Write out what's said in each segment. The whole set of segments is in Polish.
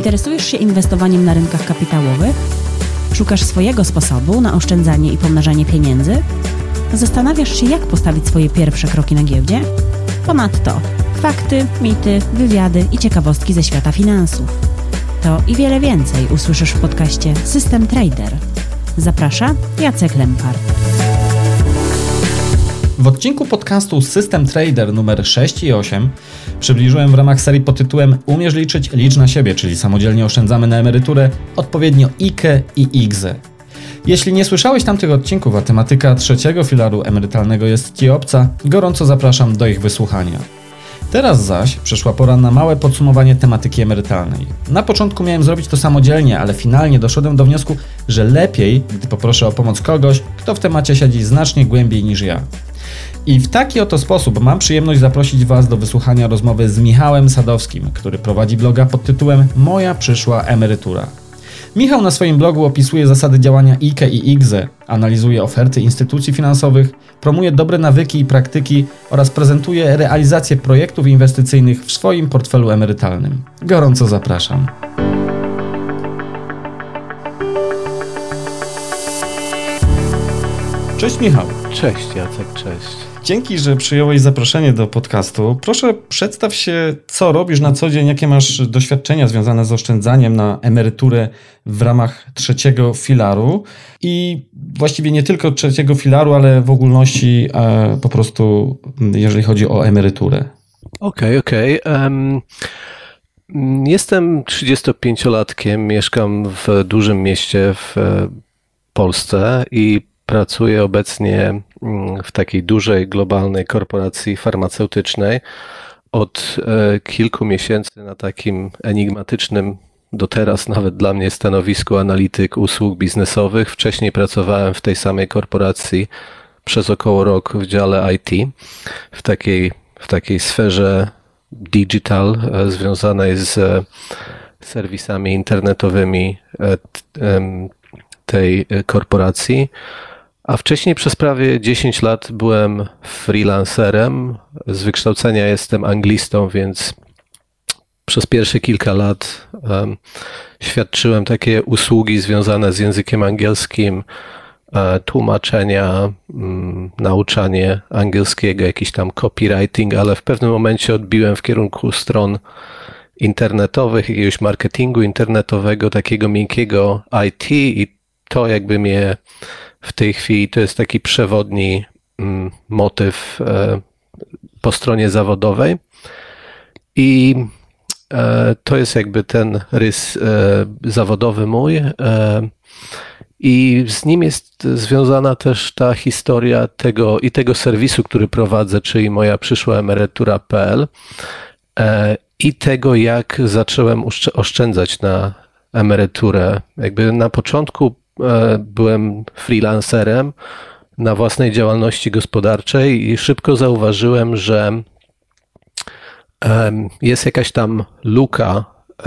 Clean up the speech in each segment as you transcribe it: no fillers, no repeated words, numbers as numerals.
Interesujesz się inwestowaniem na rynkach kapitałowych? Szukasz swojego sposobu na oszczędzanie i pomnażanie pieniędzy? Zastanawiasz się, jak postawić swoje pierwsze kroki na giełdzie? Ponadto fakty, mity, wywiady i ciekawostki ze świata finansów. To i wiele więcej usłyszysz w podcaście System Trader. Zaprasza Jacek Lempart. W odcinku podcastu System Trader numer 6 i 8 przybliżyłem w ramach serii pod tytułem Umiesz liczyć, licz na siebie, czyli samodzielnie oszczędzamy na emeryturę, odpowiednio IKE i IGZE. Jeśli nie słyszałeś tamtych odcinków, a tematyka trzeciego filaru emerytalnego jest Ci obca, gorąco zapraszam do ich wysłuchania. Teraz zaś przyszła pora na małe podsumowanie tematyki emerytalnej. Na początku miałem zrobić to samodzielnie, ale finalnie doszedłem do wniosku, że lepiej, gdy poproszę o pomoc kogoś, kto w temacie siedzi znacznie głębiej niż ja. I w taki oto sposób mam przyjemność zaprosić Was do wysłuchania rozmowy z Michałem Sadowskim, który prowadzi bloga pod tytułem Moja przyszła emerytura. Michał na swoim blogu opisuje zasady działania IKE i IGZE, analizuje oferty instytucji finansowych, promuje dobre nawyki i praktyki oraz prezentuje realizację projektów inwestycyjnych w swoim portfelu emerytalnym. Gorąco zapraszam. Cześć Michał. Cześć Jacek, cześć. Dzięki, że przyjąłeś zaproszenie do podcastu. Proszę przedstaw się, co robisz na co dzień, jakie masz doświadczenia związane z oszczędzaniem na emeryturę w ramach trzeciego filaru i właściwie nie tylko trzeciego filaru, ale w ogólności po prostu jeżeli chodzi o emeryturę. Okej. Jestem 35-latkiem, mieszkam w dużym mieście w Polsce i pracuję obecnie w takiej dużej, globalnej korporacji farmaceutycznej od kilku miesięcy na takim enigmatycznym, do teraz nawet dla mnie, stanowisku analityk usług biznesowych. Wcześniej pracowałem w tej samej korporacji przez około rok w dziale IT, w takiej sferze digital związanej z serwisami internetowymi tej korporacji. A wcześniej przez prawie 10 lat byłem freelancerem. Z wykształcenia jestem anglistą, więc przez pierwsze kilka lat świadczyłem takie usługi związane z językiem angielskim, tłumaczenia, nauczanie angielskiego, jakiś tam copywriting, ale w pewnym momencie odbiłem w kierunku stron internetowych, jakiegoś marketingu internetowego, takiego miękkiego IT i to jakby mnie w tej chwili, to jest taki przewodni motyw po stronie zawodowej i to jest jakby ten rys zawodowy mój i z nim jest związana też ta historia tego serwisu, który prowadzę, czyli moja przyszła emerytura.pl i tego, jak zacząłem oszczędzać na emeryturę. Jakby na początku byłem freelancerem na własnej działalności gospodarczej i szybko zauważyłem, że jest jakaś tam luka,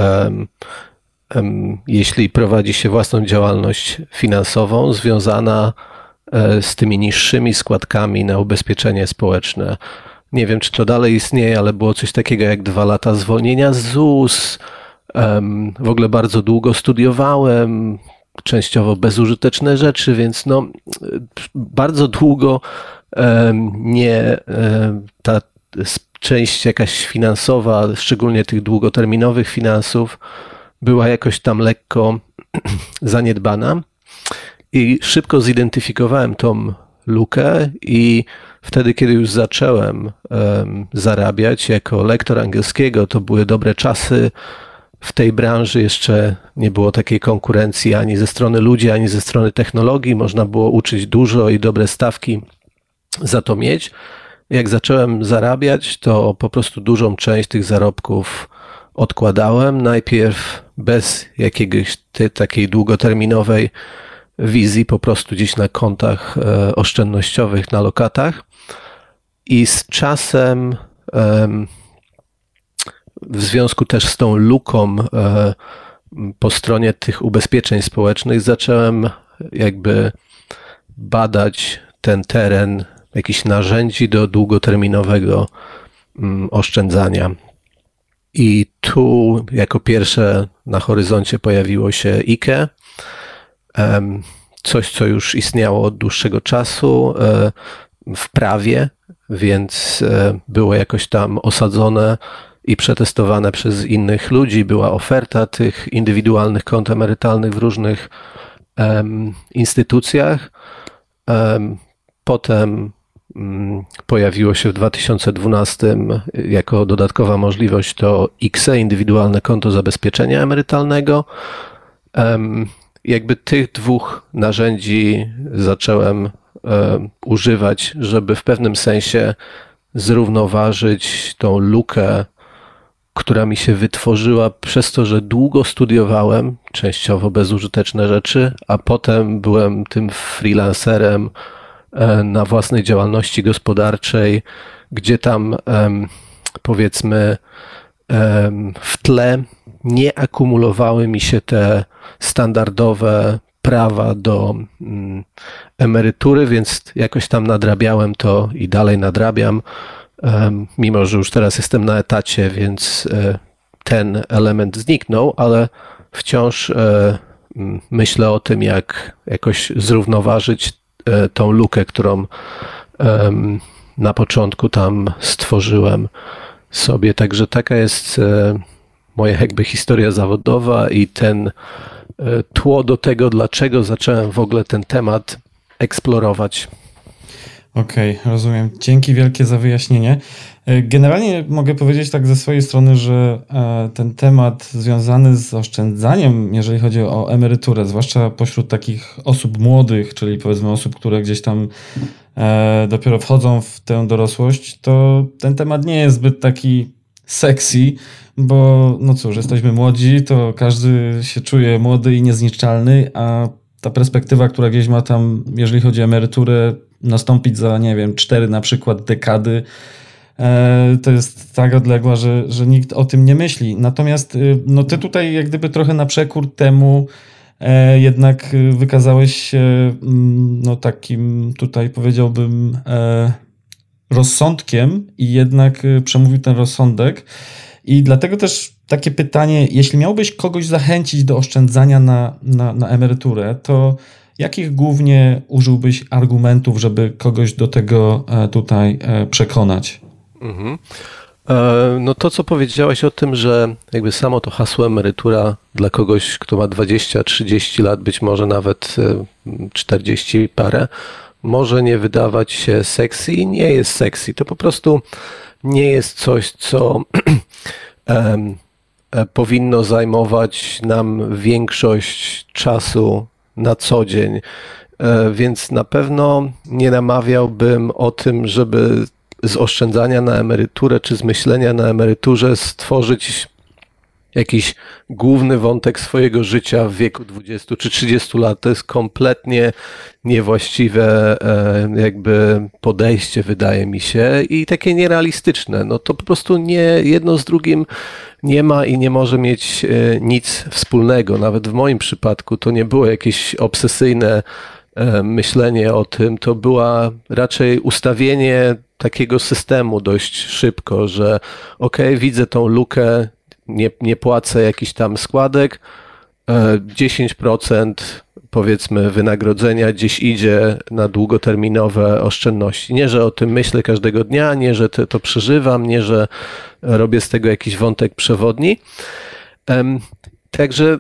jeśli prowadzi się własną działalność finansową, związana z tymi niższymi składkami na ubezpieczenie społeczne. Nie wiem, czy to dalej istnieje, ale było coś takiego jak 2 lata zwolnienia z ZUS. W ogóle bardzo długo studiowałem, częściowo bezużyteczne rzeczy, więc bardzo długo ta część jakaś finansowa, szczególnie tych długoterminowych finansów, była jakoś tam lekko zaniedbana i szybko zidentyfikowałem tą lukę i wtedy, kiedy już zacząłem zarabiać jako lektor angielskiego, to były dobre czasy. W tej branży jeszcze nie było takiej konkurencji ani ze strony ludzi, ani ze strony technologii. Można było uczyć dużo i dobre stawki za to mieć. Jak zacząłem zarabiać, to po prostu dużą część tych zarobków odkładałem. Najpierw bez jakiegoś takiej długoterminowej wizji, po prostu gdzieś na kontach oszczędnościowych, na lokatach. I z czasem w związku też z tą luką po stronie tych ubezpieczeń społecznych zacząłem jakby badać ten teren jakichś narzędzi do długoterminowego oszczędzania. I tu jako pierwsze na horyzoncie pojawiło się IKE, coś, co już istniało od dłuższego czasu w prawie, więc było jakoś tam osadzone i przetestowane przez innych ludzi. Była oferta tych indywidualnych kont emerytalnych w różnych instytucjach. Potem pojawiło się w 2012 jako dodatkowa możliwość to IKSE, indywidualne konto zabezpieczenia emerytalnego. Jakby tych dwóch narzędzi zacząłem używać, żeby w pewnym sensie zrównoważyć tą lukę, która mi się wytworzyła przez to, że długo studiowałem, częściowo bezużyteczne rzeczy, a potem byłem tym freelancerem na własnej działalności gospodarczej, gdzie tam powiedzmy w tle nie akumulowały mi się te standardowe prawa do emerytury, więc jakoś tam nadrabiałem to i dalej nadrabiam, mimo że już teraz jestem na etacie, więc ten element zniknął, ale wciąż myślę o tym, jak jakoś zrównoważyć tą lukę, którą na początku tam stworzyłem sobie. Także taka jest moja jakby historia zawodowa i ten tło do tego, dlaczego zacząłem w ogóle ten temat eksplorować. Okej, rozumiem. Dzięki wielkie za wyjaśnienie. Generalnie mogę powiedzieć tak ze swojej strony, że ten temat związany z oszczędzaniem, jeżeli chodzi o emeryturę, zwłaszcza pośród takich osób młodych, czyli powiedzmy osób, które gdzieś tam dopiero wchodzą w tę dorosłość, to ten temat nie jest zbyt taki sexy, bo no cóż, jesteśmy młodzi, to każdy się czuje młody i niezniszczalny, a ta perspektywa, która gdzieś ma tam, jeżeli chodzi o emeryturę, nastąpić za, nie wiem, 4 na przykład dekady, to jest tak odległa, że nikt o tym nie myśli. Natomiast no ty tutaj jak gdyby trochę na przekór temu jednak wykazałeś się no takim tutaj powiedziałbym rozsądkiem i jednak przemówił ten rozsądek. I dlatego też takie pytanie, jeśli miałbyś kogoś zachęcić do oszczędzania na emeryturę, to jakich głównie użyłbyś argumentów, żeby kogoś do tego tutaj przekonać? No to, co powiedziałeś o tym, że jakby samo to hasło emerytura dla kogoś, kto ma 20-30 lat, być może nawet 40 parę, może nie wydawać się sexy i nie jest sexy. To po prostu nie jest coś, co powinno zajmować nam większość czasu na co dzień, więc na pewno nie namawiałbym o tym, żeby z oszczędzania na emeryturę czy z myślenia na emeryturze stworzyć jakiś główny wątek swojego życia w wieku 20 czy 30 lat. To jest kompletnie niewłaściwe jakby podejście, wydaje mi się, i takie nierealistyczne. No to po prostu jedno z drugim nie ma i nie może mieć nic wspólnego. Nawet w moim przypadku to nie było jakieś obsesyjne myślenie o tym, to była raczej ustawienie takiego systemu dość szybko, że okej, widzę tą lukę, nie płacę jakichś tam składek, 10% powiedzmy wynagrodzenia gdzieś idzie na długoterminowe oszczędności. Nie, że o tym myślę każdego dnia, nie, że to przeżywam, nie, że robię z tego jakiś wątek przewodni. Także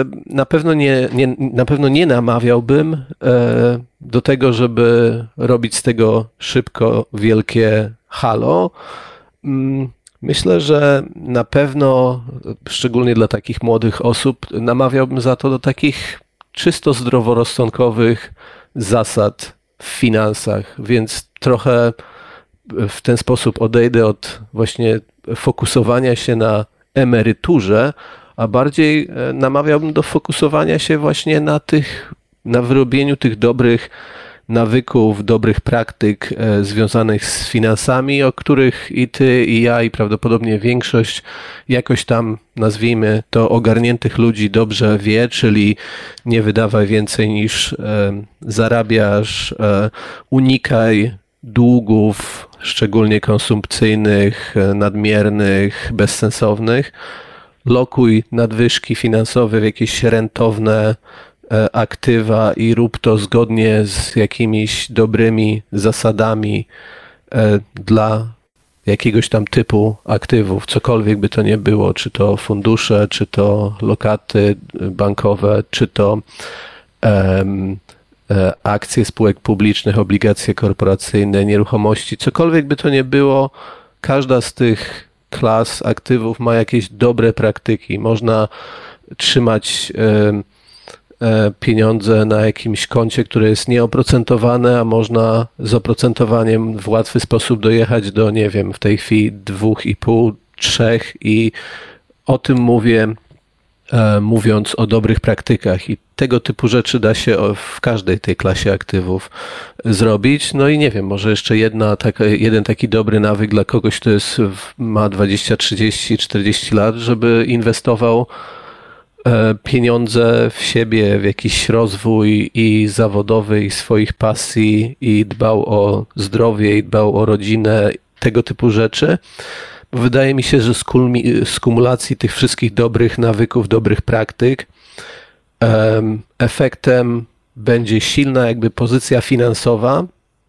na pewno nie namawiałbym do tego, żeby robić z tego szybko wielkie halo. Myślę, że na pewno, szczególnie dla takich młodych osób, namawiałbym za to do takich czysto zdroworozsądkowych zasad w finansach, więc trochę w ten sposób odejdę od właśnie fokusowania się na emeryturze, a bardziej namawiałbym do fokusowania się właśnie na wyrobieniu tych dobrych nawyków, dobrych praktyk związanych z finansami, o których i ty, i ja, i prawdopodobnie większość jakoś tam, nazwijmy to, ogarniętych ludzi dobrze wie, czyli nie wydawaj więcej niż zarabiasz, unikaj długów, szczególnie konsumpcyjnych, nadmiernych, bezsensownych. lokuj nadwyżki finansowe w jakieś rentowne aktywa i rób to zgodnie z jakimiś dobrymi zasadami dla jakiegoś tam typu aktywów, cokolwiek by to nie było, czy to fundusze, czy to lokaty bankowe, czy to akcje spółek publicznych, obligacje korporacyjne, nieruchomości, cokolwiek by to nie było, każda z tych klas aktywów ma jakieś dobre praktyki. Można trzymać pieniądze na jakimś koncie, które jest nieoprocentowane, a można z oprocentowaniem w łatwy sposób dojechać do, nie wiem, w tej chwili 2,5, 3 i o tym mówię, mówiąc o dobrych praktykach i tego typu rzeczy da się w każdej tej klasie aktywów zrobić. No i nie wiem, może jeszcze jeden taki dobry nawyk dla kogoś, kto ma 20, 30, 40 lat, żeby inwestował pieniądze w siebie, w jakiś rozwój i zawodowy, i swoich pasji, i dbał o zdrowie, i dbał o rodzinę, tego typu rzeczy. Wydaje mi się, że z kumulacji tych wszystkich dobrych nawyków, dobrych praktyk efektem będzie silna jakby pozycja finansowa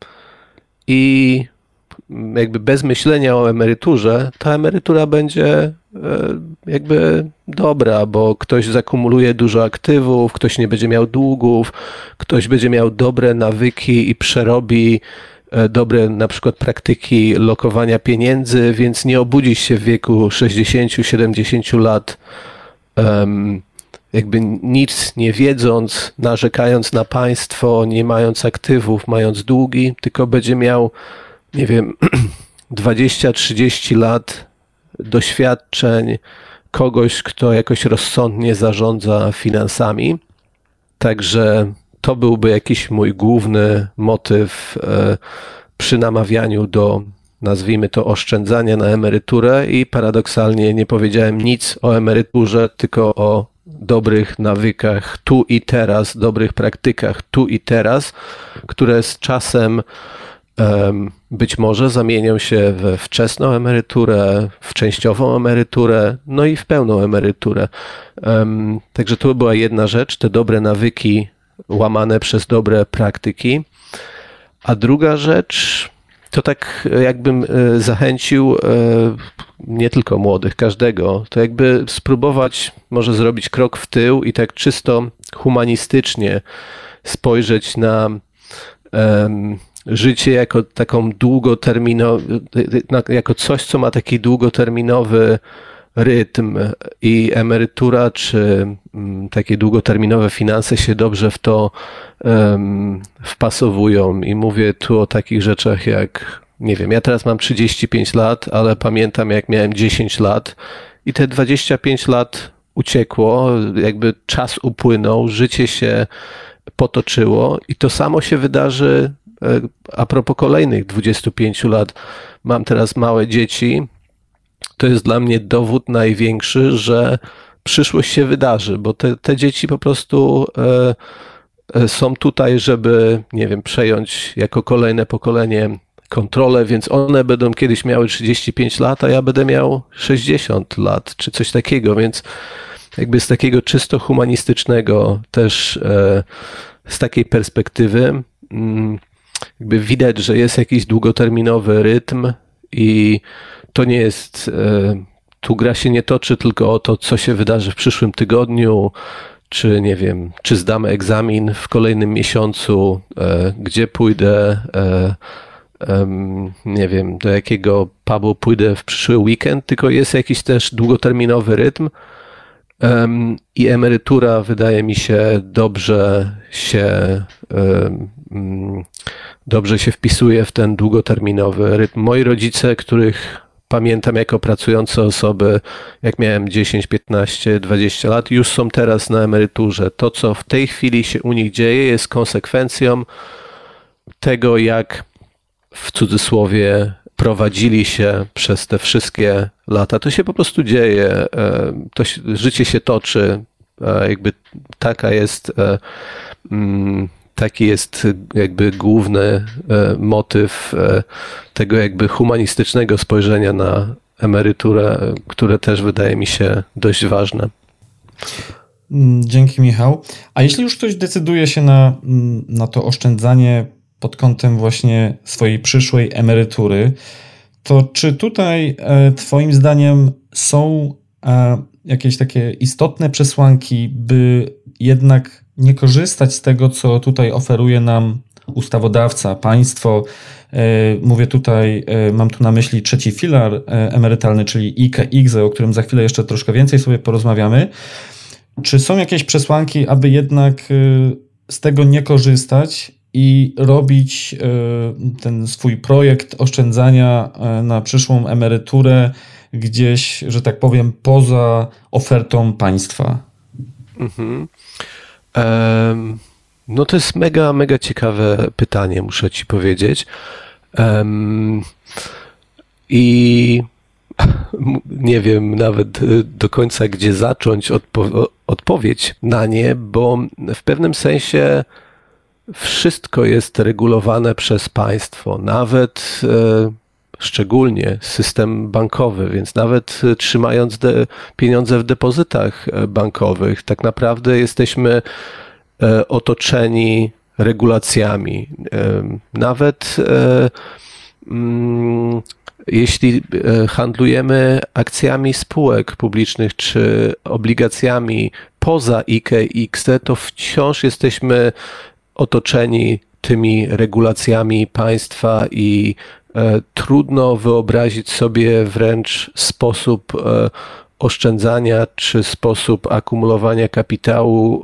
i jakby bez myślenia o emeryturze, ta emerytura będzie jakby dobra, bo ktoś zakumuluje dużo aktywów, ktoś nie będzie miał długów, ktoś będzie miał dobre nawyki i przerobi dobre na przykład praktyki lokowania pieniędzy, więc nie obudzisz się w wieku 60-70 lat jakby nic nie wiedząc, narzekając na państwo, nie mając aktywów, mając długi, tylko będzie miał, nie wiem, 20-30 lat doświadczeń kogoś, kto jakoś rozsądnie zarządza finansami. Także to byłby jakiś mój główny motyw przy namawianiu do, nazwijmy to, oszczędzania na emeryturę i paradoksalnie nie powiedziałem nic o emeryturze, tylko o dobrych nawykach tu i teraz, dobrych praktykach tu i teraz, które z czasem być może zamienią się we wczesną emeryturę, w częściową emeryturę, no i w pełną emeryturę. Także to była jedna rzecz, te dobre nawyki łamane przez dobre praktyki. A druga rzecz, to tak jakbym zachęcił nie tylko młodych, każdego, to jakby spróbować może zrobić krok w tył i tak czysto humanistycznie spojrzeć na życie jako taką jako coś, co ma taki długoterminowy rytm i emerytura, czy takie długoterminowe finanse się dobrze w to wpasowują. I mówię tu o takich rzeczach jak, nie wiem, ja teraz mam 35 lat, ale pamiętam jak miałem 10 lat i te 25 lat uciekło, jakby czas upłynął, życie się potoczyło i to samo się wydarzy a propos kolejnych 25 lat. Mam teraz małe dzieci. To jest dla mnie dowód największy, że przyszłość się wydarzy, bo te dzieci po prostu są tutaj, żeby, nie wiem, przejąć jako kolejne pokolenie kontrolę, więc one będą kiedyś miały 35 lat, a ja będę miał 60 lat, czy coś takiego, więc jakby z takiego czysto humanistycznego też, z takiej perspektywy jakby widać, że jest jakiś długoterminowy rytm i to nie jest, tu gra się nie toczy tylko o to, co się wydarzy w przyszłym tygodniu, czy nie wiem, czy zdam egzamin w kolejnym miesiącu, gdzie pójdę, nie wiem, do jakiego pubu pójdę w przyszły weekend, tylko jest jakiś też długoterminowy rytm i emerytura wydaje mi się dobrze się wpisuje w ten długoterminowy rytm. Moi rodzice, których pamiętam jako pracujące osoby, jak miałem 10, 15, 20 lat, już są teraz na emeryturze. To, co w tej chwili się u nich dzieje, jest konsekwencją tego, jak w cudzysłowie prowadzili się przez te wszystkie lata. To się po prostu dzieje, życie się toczy, jakby taki jest jakby główny motyw tego jakby humanistycznego spojrzenia na emeryturę, które też wydaje mi się dość ważne. Dzięki, Michał. A jeśli już ktoś decyduje się na to oszczędzanie pod kątem właśnie swojej przyszłej emerytury, to czy tutaj twoim zdaniem są jakieś takie istotne przesłanki, by jednak nie korzystać z tego, co tutaj oferuje nam ustawodawca, państwo? Mówię tutaj, mam tu na myśli trzeci filar emerytalny, czyli IKE, IGZE, o którym za chwilę jeszcze troszkę więcej sobie porozmawiamy. Czy są jakieś przesłanki, aby jednak z tego nie korzystać i robić ten swój projekt oszczędzania na przyszłą emeryturę gdzieś, że tak powiem, poza ofertą państwa? No to jest mega, mega ciekawe pytanie, muszę ci powiedzieć. I nie wiem nawet do końca, gdzie zacząć odpowiedź na nie, bo w pewnym sensie wszystko jest regulowane przez państwo, nawet szczególnie system bankowy, więc nawet trzymając pieniądze w depozytach bankowych, tak naprawdę jesteśmy otoczeni regulacjami. Nawet jeśli handlujemy akcjami spółek publicznych czy obligacjami poza IKE i IGZE, to wciąż jesteśmy otoczeni tymi regulacjami państwa i trudno wyobrazić sobie wręcz sposób oszczędzania czy sposób akumulowania kapitału,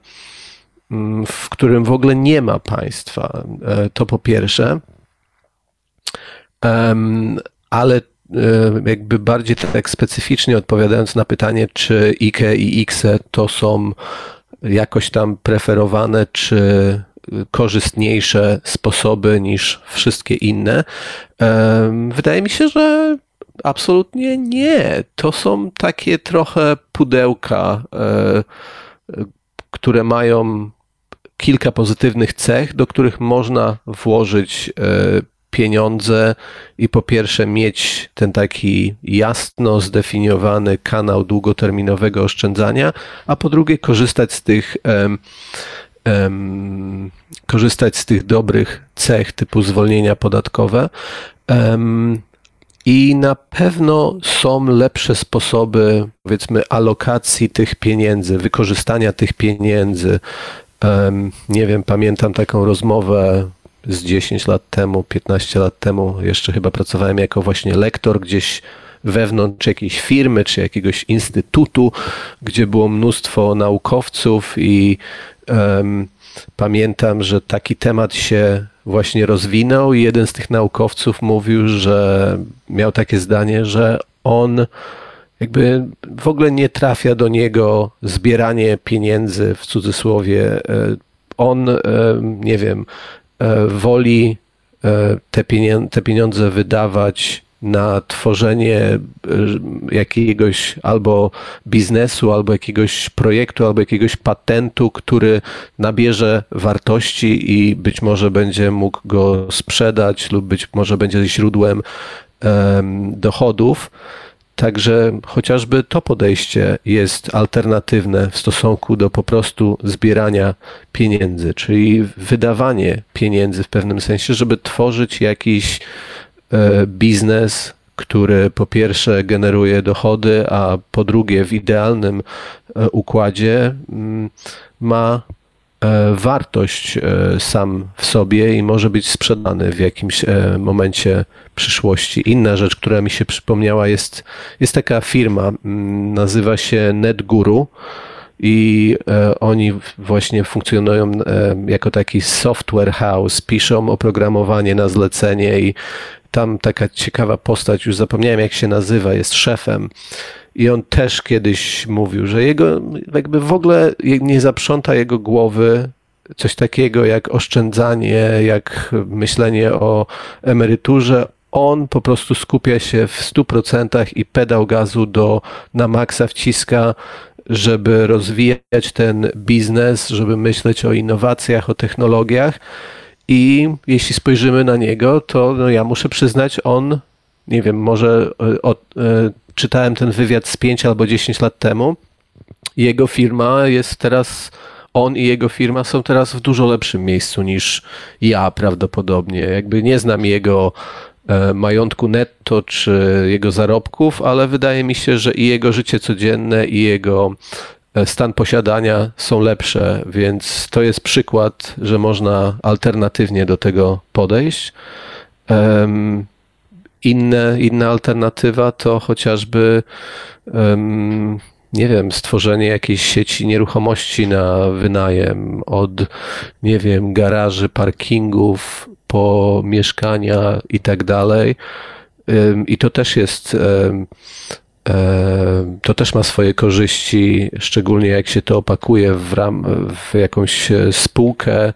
w którym w ogóle nie ma państwa. To po pierwsze. Ale jakby bardziej tak specyficznie odpowiadając na pytanie, czy IKE i IGZE to są jakoś tam preferowane, czy korzystniejsze sposoby niż wszystkie inne, wydaje mi się, że absolutnie nie. To są takie trochę pudełka, które mają kilka pozytywnych cech, do których można włożyć pieniądze i po pierwsze mieć ten taki jasno zdefiniowany kanał długoterminowego oszczędzania, a po drugie korzystać z tych dobrych cech typu zwolnienia podatkowe. I na pewno są lepsze sposoby, powiedzmy, alokacji tych pieniędzy, wykorzystania tych pieniędzy. Nie wiem, pamiętam taką rozmowę z 10 lat temu, 15 lat temu, jeszcze chyba pracowałem jako właśnie lektor gdzieś wewnątrz jakiejś firmy czy jakiegoś instytutu, gdzie było mnóstwo naukowców i pamiętam, że taki temat się właśnie rozwinął i jeden z tych naukowców mówił, że miał takie zdanie, że on jakby w ogóle nie trafia do niego zbieranie pieniędzy w cudzysłowie. On, nie wiem, woli te pieniądze wydawać na tworzenie jakiegoś albo biznesu, albo jakiegoś projektu, albo jakiegoś patentu, który nabierze wartości i być może będzie mógł go sprzedać lub być może będzie źródłem dochodów. Także chociażby to podejście jest alternatywne w stosunku do po prostu zbierania pieniędzy, czyli wydawanie pieniędzy w pewnym sensie, żeby tworzyć jakiś biznes, który po pierwsze generuje dochody, a po drugie w idealnym układzie ma wartość sam w sobie i może być sprzedany w jakimś momencie przyszłości. Inna rzecz, która mi się przypomniała, jest taka firma, nazywa się NetGuru i oni właśnie funkcjonują jako taki software house, piszą oprogramowanie na zlecenie i tam taka ciekawa postać, już zapomniałem jak się nazywa, jest szefem. I on też kiedyś mówił, że jego jakby w ogóle nie zaprząta jego głowy coś takiego jak oszczędzanie, jak myślenie o emeryturze. On po prostu skupia się w 100% i pedał gazu na maksa wciska, żeby rozwijać ten biznes, żeby myśleć o innowacjach, o technologiach. I jeśli spojrzymy na niego, to ja muszę przyznać, on nie wiem, może czytałem ten wywiad z 5 albo 10 lat temu. Jego firma jest teraz, on i jego firma są teraz w dużo lepszym miejscu niż ja prawdopodobnie. Jakby nie znam jego majątku netto czy jego zarobków, ale wydaje mi się, że i jego życie codzienne i jego stan posiadania są lepsze, więc to jest przykład, że można alternatywnie do tego podejść. Inna alternatywa to chociażby nie wiem, stworzenie jakiejś sieci nieruchomości na wynajem od, nie wiem, garaży, parkingów po mieszkania i tak dalej. I to też jest, to też ma swoje korzyści, szczególnie jak się to opakuje w jakąś spółkę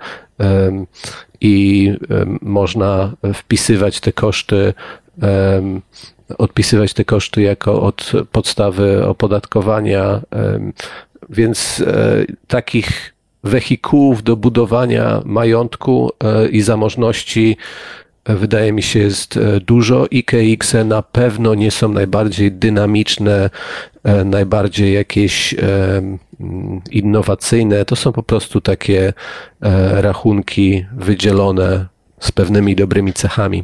i można wpisywać te koszty, odpisywać te koszty jako od podstawy opodatkowania, więc takich wehikułów do budowania majątku i zamożności wydaje mi się jest dużo. IKE na pewno nie są najbardziej dynamiczne, najbardziej jakieś innowacyjne. To są po prostu takie rachunki wydzielone z pewnymi dobrymi cechami.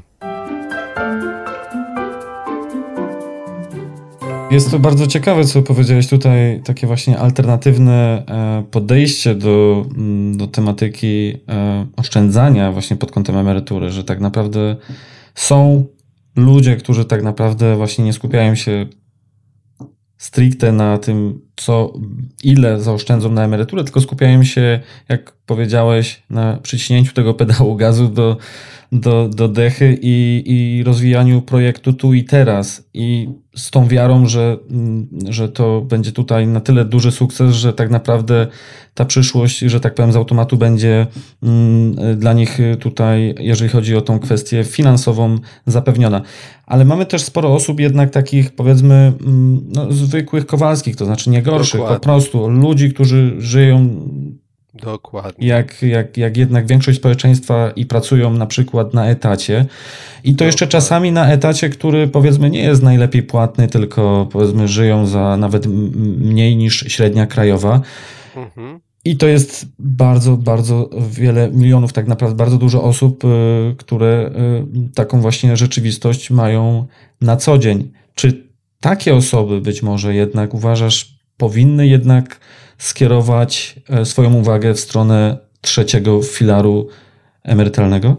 Jest to bardzo ciekawe, co powiedziałeś tutaj, takie właśnie alternatywne podejście do tematyki oszczędzania właśnie pod kątem emerytury, że tak naprawdę są ludzie, którzy tak naprawdę właśnie nie skupiają się stricte na tym, ile zaoszczędzą na emeryturę, tylko skupiają się, jak powiedziałeś, na przyciśnięciu tego pedału gazu do dechy i rozwijaniu projektu tu i teraz. I z tą wiarą, że to będzie tutaj na tyle duży sukces, że tak naprawdę ta przyszłość, że tak powiem, z automatu będzie dla nich tutaj, jeżeli chodzi o tą kwestię finansową, zapewniona. Ale mamy też sporo osób jednak takich, powiedzmy, zwykłych Kowalskich, to znaczy nie gorszych, Dokładnie. po prostu ludzi, którzy żyją Dokładnie. jak jednak większość społeczeństwa i pracują na przykład na etacie. I to jeszcze czasami na etacie, który powiedzmy nie jest najlepiej płatny, tylko powiedzmy żyją za nawet mniej niż średnia krajowa. Mhm. I to jest bardzo, bardzo wiele milionów, tak naprawdę bardzo dużo osób, które taką właśnie rzeczywistość mają na co dzień. Czy takie osoby być może jednak uważasz powinny jednak skierować swoją uwagę w stronę trzeciego filaru emerytalnego?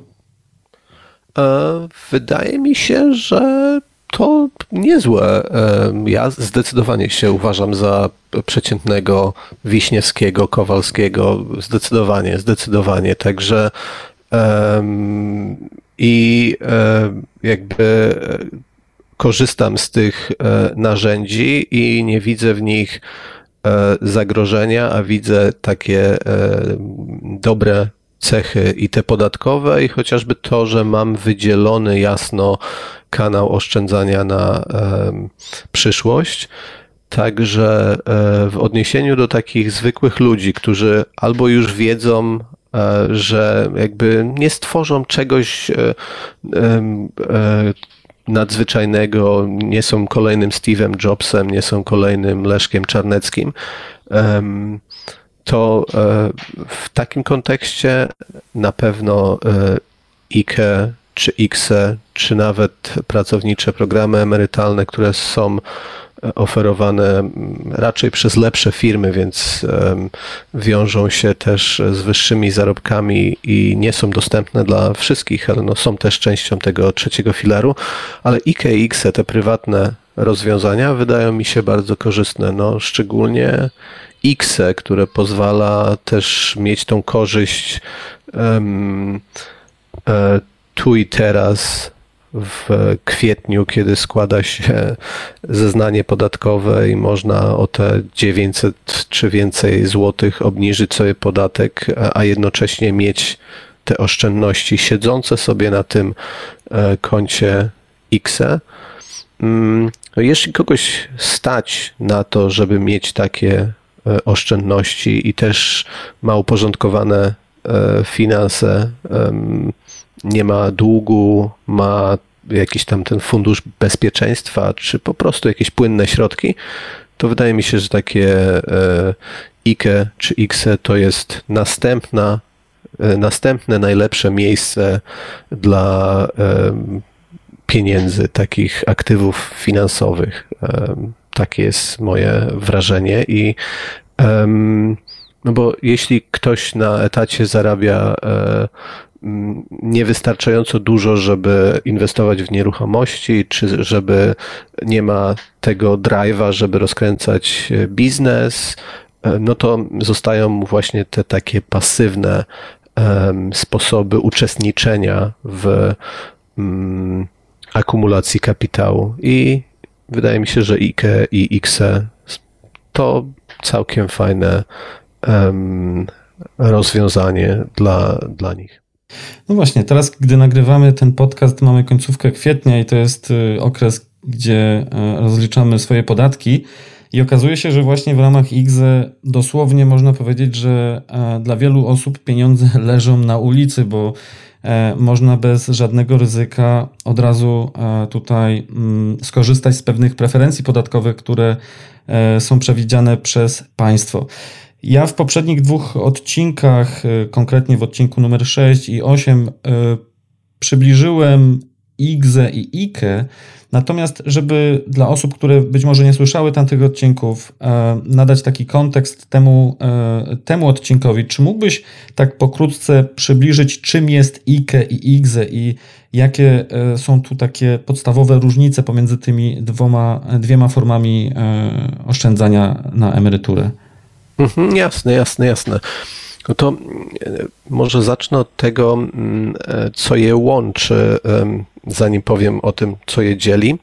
Wydaje mi się, że to niezłe. Ja zdecydowanie się uważam za przeciętnego Wiśniewskiego, Kowalskiego. Zdecydowanie. Także jakby korzystam z tych narzędzi i nie widzę w nich zagrożenia, a widzę takie dobre cechy i te podatkowe i chociażby to, że mam wydzielony jasno kanał oszczędzania na przyszłość. Także w odniesieniu do takich zwykłych ludzi, którzy albo już wiedzą, że jakby nie stworzą czegoś nadzwyczajnego, nie są kolejnym Steve'em Jobsem, nie są kolejnym Leszkiem Czarneckim, to w takim kontekście na pewno IKE czy IKSE, czy nawet pracownicze programy emerytalne, które są oferowane raczej przez lepsze firmy, więc wiążą się też z wyższymi zarobkami i nie są dostępne dla wszystkich, ale no są też częścią tego trzeciego filaru, ale IKE i IKSE, te prywatne rozwiązania wydają mi się bardzo korzystne, no szczególnie IKSE, które pozwala też mieć tą korzyść tu i teraz w kwietniu, kiedy składa się zeznanie podatkowe i można o te 900 czy więcej złotych obniżyć sobie podatek, a jednocześnie mieć te oszczędności siedzące sobie na tym koncie IKSE. Jeśli kogoś stać na to, żeby mieć takie oszczędności i też ma uporządkowane finanse, nie ma długu, ma jakiś tam ten fundusz bezpieczeństwa, czy po prostu jakieś płynne środki, to wydaje mi się, że takie IKE czy IKSE to jest następne najlepsze miejsce dla pieniędzy, takich aktywów finansowych. Takie jest moje wrażenie i no bo jeśli ktoś na etacie zarabia niewystarczająco dużo, żeby inwestować w nieruchomości, czy żeby nie ma tego drive'a, żeby rozkręcać biznes, no to zostają mu właśnie te takie pasywne sposoby uczestniczenia w akumulacji kapitału. I wydaje mi się, że IKE i IKSE to całkiem fajne rozwiązanie dla nich. No właśnie, teraz gdy nagrywamy ten podcast, mamy końcówkę kwietnia i to jest okres, gdzie rozliczamy swoje podatki i okazuje się, że właśnie w ramach IKSE dosłownie można powiedzieć, że dla wielu osób pieniądze leżą na ulicy, bo można bez żadnego ryzyka od razu tutaj skorzystać z pewnych preferencji podatkowych, które są przewidziane przez państwo. Ja w poprzednich 2 odcinkach, konkretnie w odcinku numer 6 i 8, przybliżyłem IKSE i IKE, natomiast żeby dla osób, które być może nie słyszały tamtych odcinków, nadać taki kontekst temu odcinkowi, czy mógłbyś tak pokrótce przybliżyć, czym jest IKE i IKSE i jakie są tu takie podstawowe różnice pomiędzy tymi dwiema formami oszczędzania na emeryturę? Jasne. No to może zacznę od tego, co je łączy, zanim powiem o tym, co je dzieli.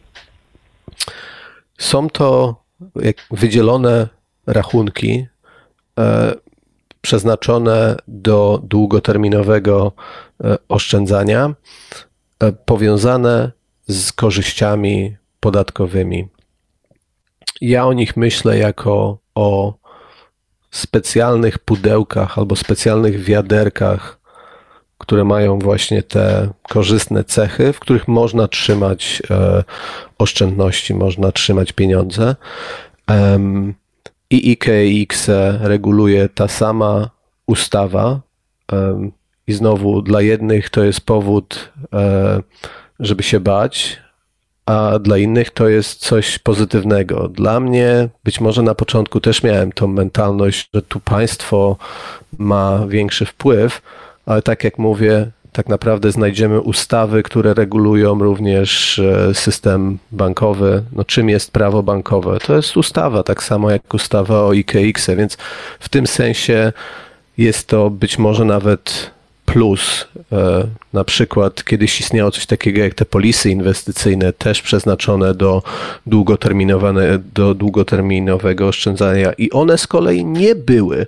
Są to wydzielone rachunki przeznaczone do długoterminowego oszczędzania, powiązane z korzyściami podatkowymi. Ja o nich myślę jako o specjalnych pudełkach albo specjalnych wiaderkach, które mają właśnie te korzystne cechy, w których można trzymać oszczędności, można trzymać pieniądze. I IKE i IKSE reguluje ta sama ustawa i znowu dla jednych to jest powód, żeby się bać, a dla innych to jest coś pozytywnego. Dla mnie, być może na początku też miałem tą mentalność, że tu państwo ma większy wpływ, ale tak jak mówię, tak naprawdę znajdziemy ustawy, które regulują również system bankowy. No, czym jest prawo bankowe? To jest ustawa, tak samo jak ustawa o IKE, IKSE, więc w tym sensie jest to być może nawet plus. Na przykład kiedyś istniało coś takiego jak te polisy inwestycyjne, też przeznaczone do długoterminowego oszczędzania i one z kolei nie były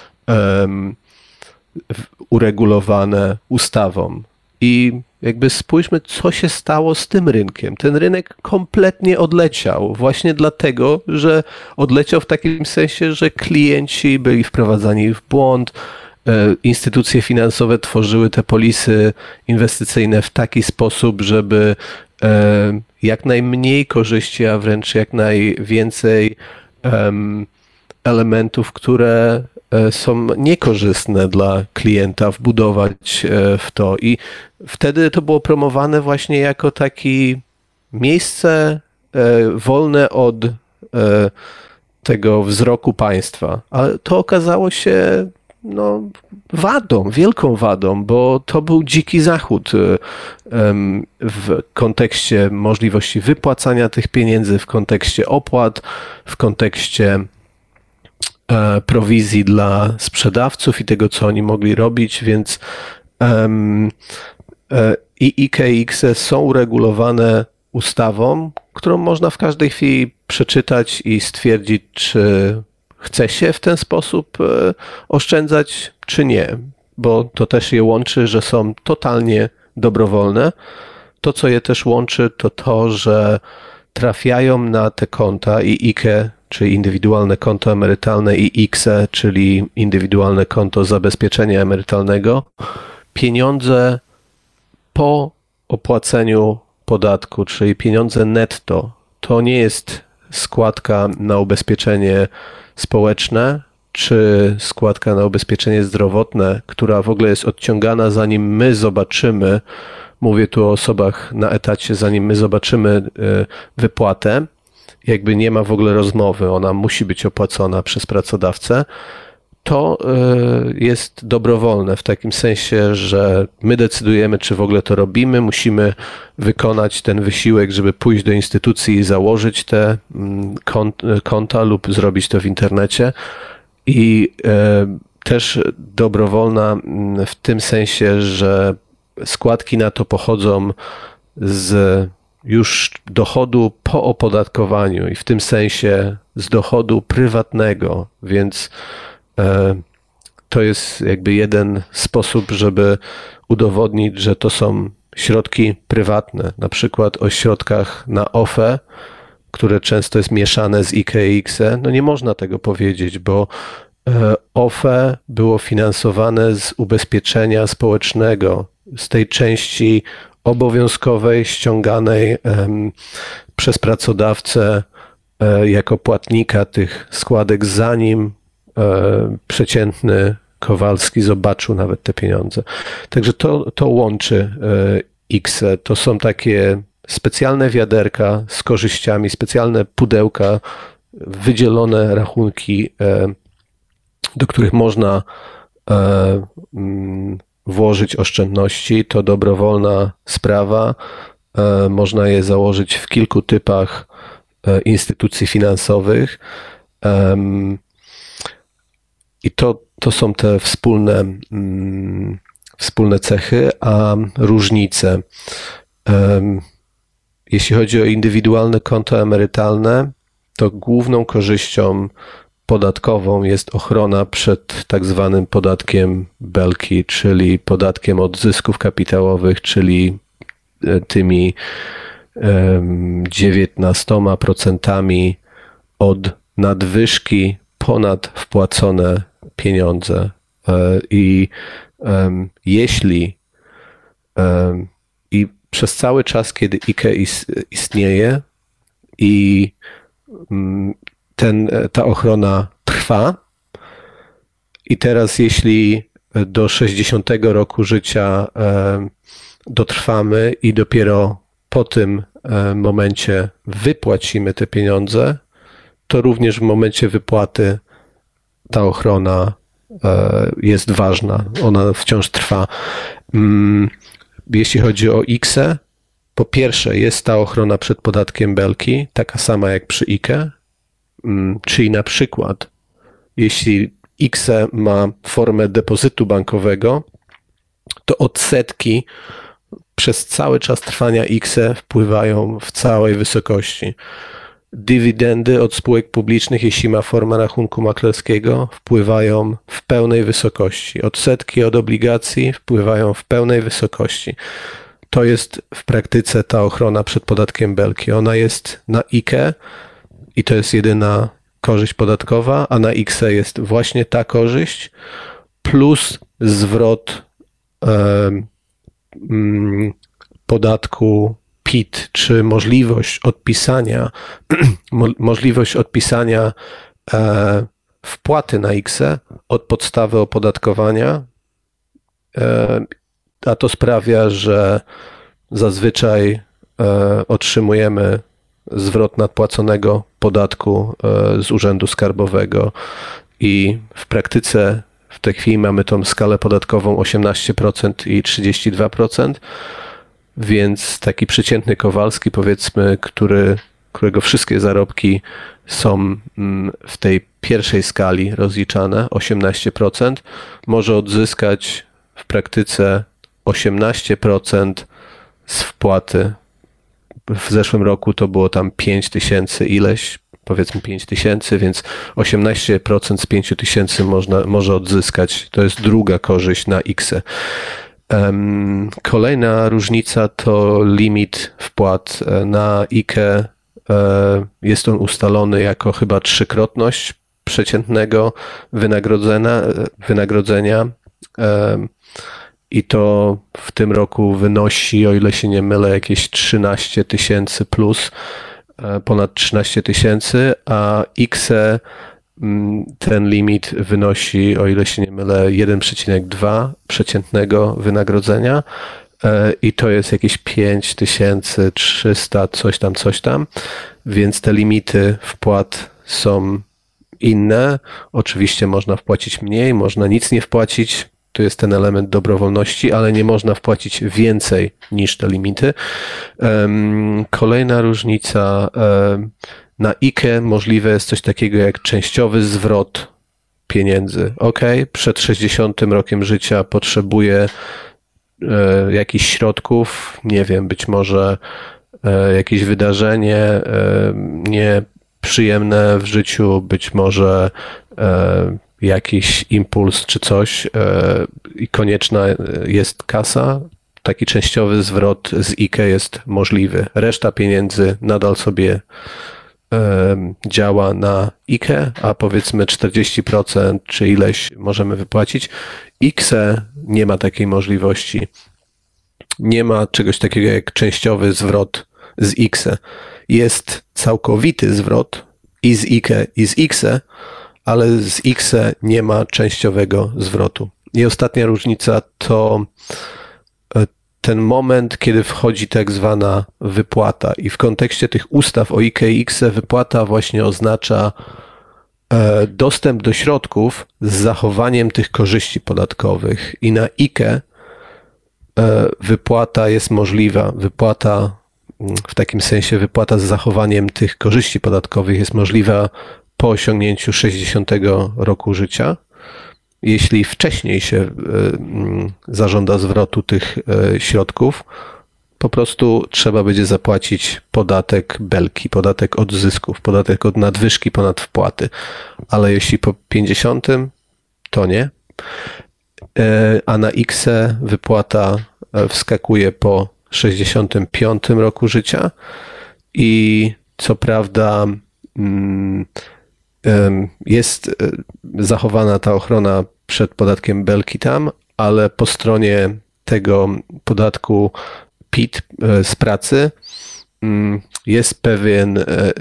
uregulowane ustawą. I jakby spójrzmy, co się stało z tym rynkiem. Ten rynek kompletnie odleciał, właśnie dlatego, że odleciał w takim sensie, że klienci byli wprowadzani w błąd, instytucje finansowe tworzyły te polisy inwestycyjne w taki sposób, żeby jak najmniej korzyści, a wręcz jak najwięcej elementów, które są niekorzystne dla klienta, wbudować w to. I wtedy to było promowane właśnie jako takie miejsce wolne od tego wzroku państwa. Ale to okazało się wielką wadą, bo to był dziki zachód w kontekście możliwości wypłacania tych pieniędzy, w kontekście opłat, w kontekście prowizji dla sprzedawców i tego, co oni mogli robić, więc i IKE i IKSE są uregulowane ustawą, którą można w każdej chwili przeczytać i stwierdzić, czy chce się w ten sposób oszczędzać, czy nie, bo to też je łączy, że są totalnie dobrowolne. To, co je też łączy, to to, że trafiają na te konta i IKE, czyli indywidualne konto emerytalne, i IKSE, czyli indywidualne konto zabezpieczenia emerytalnego, pieniądze po opłaceniu podatku, czyli pieniądze netto, to nie jest składka na ubezpieczenie społeczne, czy składka na ubezpieczenie zdrowotne, która w ogóle jest odciągana, zanim my zobaczymy, mówię tu o osobach na etacie, zanim my zobaczymy wypłatę, jakby nie ma w ogóle rozmowy, ona musi być opłacona przez pracodawcę, to jest dobrowolne w takim sensie, że my decydujemy, czy w ogóle to robimy, musimy wykonać ten wysiłek, żeby pójść do instytucji i założyć te konta lub zrobić to w internecie. I też dobrowolna w tym sensie, że składki na to pochodzą z już dochodu po opodatkowaniu i w tym sensie z dochodu prywatnego, więc to jest jakby jeden sposób, żeby udowodnić, że to są środki prywatne, na przykład o środkach na OFE, które często jest mieszane z IKE i IKSE. No nie można tego powiedzieć, bo OFE było finansowane z ubezpieczenia społecznego, z tej części obowiązkowej, ściąganej przez pracodawcę jako płatnika tych składek, zanim przeciętny Kowalski zobaczył nawet te pieniądze. Także to łączy IKSE. To są takie specjalne wiaderka z korzyściami, specjalne pudełka, wydzielone rachunki, do których można włożyć oszczędności. To dobrowolna sprawa. Można je założyć w kilku typach instytucji finansowych. I to są te wspólne cechy, a różnice. Jeśli chodzi o indywidualne konto emerytalne, to główną korzyścią podatkową jest ochrona przed tak zwanym podatkiem Belki, czyli podatkiem od zysków kapitałowych, czyli tymi 19% od nadwyżki ponad wpłacone pieniądze. I jeśli i przez cały czas, kiedy IKE istnieje i ta ochrona trwa, i teraz jeśli do 60 roku życia dotrwamy i dopiero po tym momencie wypłacimy te pieniądze, to również w momencie wypłaty ta ochrona jest ważna. Ona wciąż trwa. Jeśli chodzi o IKSE, po pierwsze jest ta ochrona przed podatkiem Belki, taka sama jak przy IKE, czyli na przykład jeśli IKSE ma formę depozytu bankowego, to odsetki przez cały czas trwania IKSE wpływają w całej wysokości. Dywidendy od spółek publicznych, jeśli ma formę rachunku maklerskiego, wpływają w pełnej wysokości. Odsetki od obligacji wpływają w pełnej wysokości. To jest w praktyce ta ochrona przed podatkiem Belki. Ona jest na IKE i to jest jedyna korzyść podatkowa, a na IKSE jest właśnie ta korzyść plus zwrot podatku PIT, czy możliwość odpisania wpłaty na IKSE od podstawy opodatkowania, a to sprawia, że zazwyczaj otrzymujemy zwrot nadpłaconego podatku z Urzędu Skarbowego i w praktyce w tej chwili mamy tą skalę podatkową 18% i 32%, więc taki przeciętny Kowalski, powiedzmy, którego wszystkie zarobki są w tej pierwszej skali rozliczane, 18%, może odzyskać w praktyce 18% z wpłaty. W zeszłym roku to było tam 5 tysięcy ileś, powiedzmy 5 tysięcy, więc 18% z 5 tysięcy może odzyskać. To jest druga korzyść na IKSE. Kolejna różnica to limit wpłat. Na IKE jest on ustalony jako chyba 3-krotność przeciętnego wynagrodzenia. i to w tym roku wynosi, o ile się nie mylę, jakieś 13 tysięcy plus, ponad 13 tysięcy, a IKSE ten limit wynosi, o ile się nie mylę, 1,2 przeciętnego wynagrodzenia i to jest jakieś 5300, coś tam, więc te limity wpłat są inne. Oczywiście można wpłacić mniej, można nic nie wpłacić, to jest ten element dobrowolności, ale nie można wpłacić więcej niż te limity. Kolejna różnica, na IKE możliwe jest coś takiego jak częściowy zwrot pieniędzy. Przed 60 rokiem życia potrzebuję jakichś środków, nie wiem, być może jakieś wydarzenie nieprzyjemne w życiu, być może jakiś impuls czy coś i konieczna jest kasa. Taki częściowy zwrot z IKE jest możliwy. Reszta pieniędzy nadal sobie działa na IKE, a powiedzmy 40% czy ileś możemy wypłacić. IKSE nie ma takiej możliwości. Nie ma czegoś takiego jak częściowy zwrot z IKSE. Jest całkowity zwrot i z IKE i z IKSE, ale z IKSE nie ma częściowego zwrotu. I ostatnia różnica to ten moment, kiedy wchodzi tak zwana wypłata. I w kontekście tych ustaw o IKE i IKSE wypłata właśnie oznacza dostęp do środków z zachowaniem tych korzyści podatkowych. I na IKE wypłata jest możliwa. Wypłata, w takim sensie wypłata z zachowaniem tych korzyści podatkowych jest możliwa po osiągnięciu 60 roku życia. Jeśli wcześniej się zażąda zwrotu tych środków, po prostu trzeba będzie zapłacić podatek belki, podatek od zysków, podatek od nadwyżki ponad wpłaty. Ale jeśli po 50, to nie. A na IKSE wypłata wskakuje po 65 roku życia i co prawda jest zachowana ta ochrona przed podatkiem belki tam, ale po stronie tego podatku PIT z pracy jest pewien,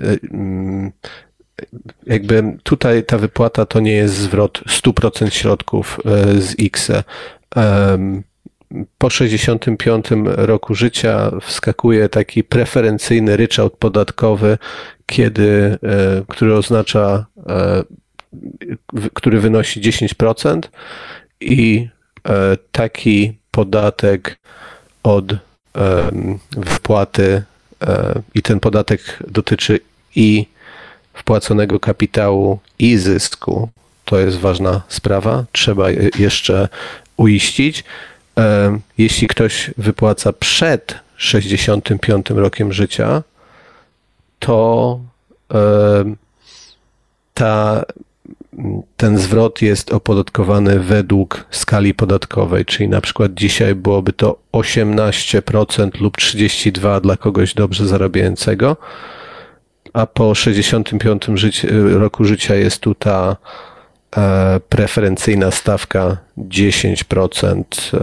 jakby tutaj ta wypłata to nie jest zwrot 100% środków z IKSE. Po 65 roku życia wskakuje taki preferencyjny ryczałt podatkowy, który oznacza, który wynosi 10% i taki podatek od wpłaty i ten podatek dotyczy i wpłaconego kapitału i zysku. To jest ważna sprawa, trzeba jeszcze uiścić. Jeśli ktoś wypłaca przed 65 rokiem życia, to ten zwrot jest opodatkowany według skali podatkowej, czyli na przykład dzisiaj byłoby to 18% lub 32% dla kogoś dobrze zarabiającego, a po 65 roku życia jest tu ta preferencyjna stawka 10%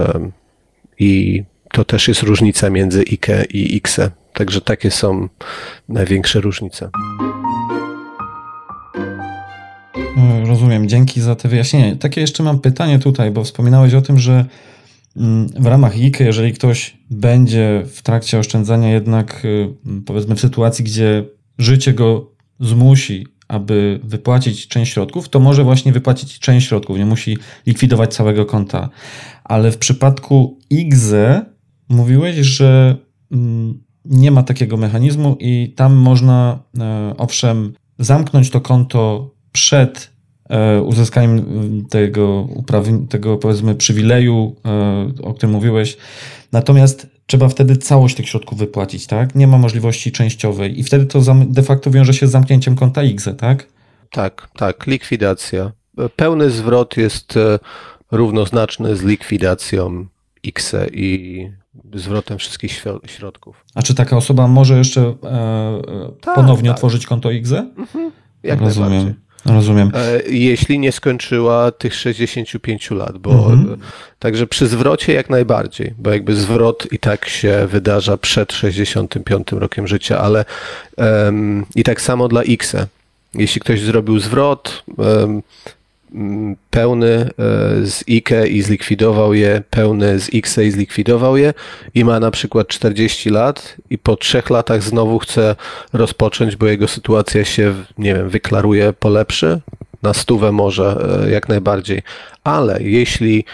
i to też jest różnica między IKE i IKSE. Także takie są największe różnice. Rozumiem, dzięki za te wyjaśnienie. Takie jeszcze mam pytanie tutaj, bo wspominałeś o tym, że w ramach IKE, jeżeli ktoś będzie w trakcie oszczędzania jednak powiedzmy w sytuacji, gdzie życie go zmusi, aby wypłacić część środków, to może właśnie wypłacić część środków, nie musi likwidować całego konta. Ale w przypadku IKSE mówiłeś, że nie ma takiego mechanizmu i tam można owszem zamknąć to konto przed uzyskaniem tego powiedzmy przywileju, o którym mówiłeś. Natomiast trzeba wtedy całość tych środków wypłacić, tak? Nie ma możliwości częściowej i wtedy to de facto wiąże się z zamknięciem konta IKSE, tak? Tak, likwidacja. Pełny zwrot jest równoznaczny z likwidacją IKSE i zwrotem wszystkich środków. A czy taka osoba może jeszcze ponownie otworzyć konto IKSE? Jak najbardziej. Rozumiem. Jeśli nie skończyła tych 65 lat, bo także przy zwrocie jak najbardziej, bo jakby zwrot i tak się wydarza przed 65 rokiem życia, ale i tak samo dla X. Jeśli ktoś zrobił zwrot pełny z IKE i zlikwidował je, pełny z XE i zlikwidował je i ma na przykład 40 lat i po 3 latach znowu chce rozpocząć, bo jego sytuacja się, nie wiem, wyklaruje, polepszy, na 100 może jak najbardziej, ale jeśli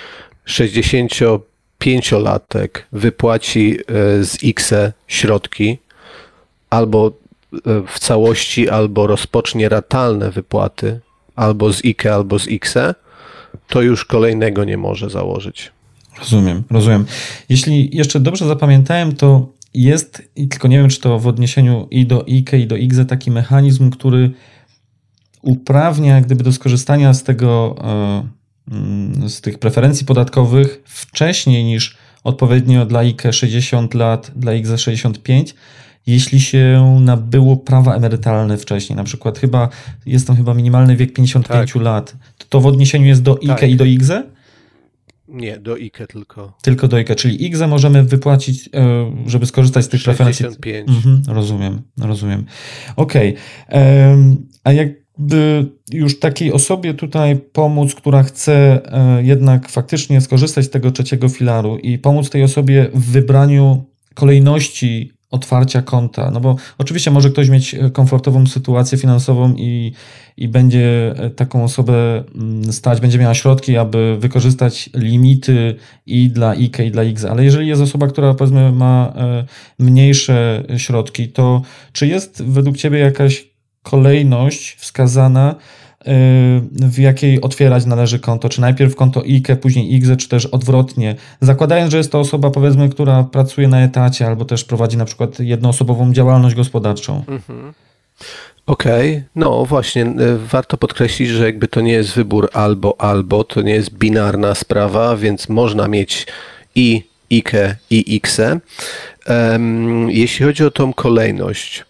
65-latek wypłaci z XE środki albo w całości, albo rozpocznie ratalne wypłaty, albo z IKE, albo z XE, to już kolejnego nie może założyć. Rozumiem. Jeśli jeszcze dobrze zapamiętałem, to jest, i tylko nie wiem, czy to w odniesieniu i do IKE, i do XE, taki mechanizm, który uprawnia jak gdyby do skorzystania z tego, z tych preferencji podatkowych wcześniej niż odpowiednio dla IKE 60 lat, dla XE 65, jeśli się nabyło prawa emerytalne wcześniej, na przykład jest tam minimalny wiek 55 lat, to w odniesieniu jest do IKE i do XE? Nie, do IKE tylko. Tylko do IKE, czyli XE możemy wypłacić, żeby skorzystać z tych 65. preferencji. Rozumiem. Okej. A jakby już takiej osobie tutaj pomóc, która chce jednak faktycznie skorzystać z tego 3. filaru i pomóc tej osobie w wybraniu kolejności otwarcia konta, no bo oczywiście może ktoś mieć komfortową sytuację finansową i będzie taką osobę stać, będzie miała środki, aby wykorzystać limity i dla IKE, i dla XE, ale jeżeli jest osoba, która powiedzmy ma mniejsze środki, to czy jest według Ciebie jakaś kolejność wskazana, w jakiej otwierać należy konto, czy najpierw konto IKE, później XE, czy też odwrotnie, zakładając, że jest to osoba powiedzmy, która pracuje na etacie albo też prowadzi na przykład jednoosobową działalność gospodarczą. Okej, no właśnie, warto podkreślić, że jakby to nie jest wybór albo, to nie jest binarna sprawa, więc można mieć i IKE, i XE. Jeśli chodzi o tą kolejność,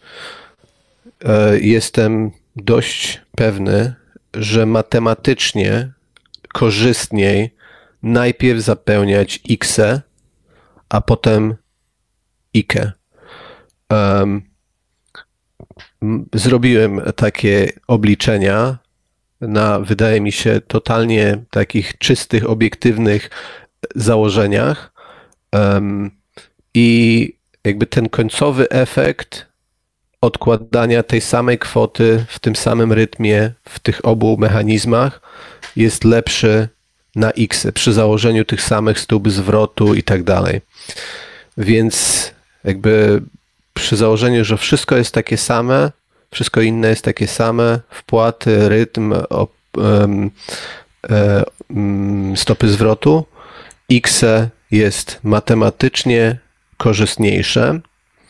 jestem dość pewny, że matematycznie korzystniej najpierw zapełniać XE, a potem IKE. Zrobiłem takie obliczenia na, wydaje mi się, totalnie takich czystych, obiektywnych założeniach i jakby ten końcowy efekt odkładania tej samej kwoty w tym samym rytmie w tych obu mechanizmach jest lepszy na X przy założeniu tych samych stóp zwrotu i tak dalej. Więc jakby przy założeniu, że wszystko jest takie same, wszystko inne jest takie same, wpłaty, rytm, stopy zwrotu, X jest matematycznie korzystniejsze.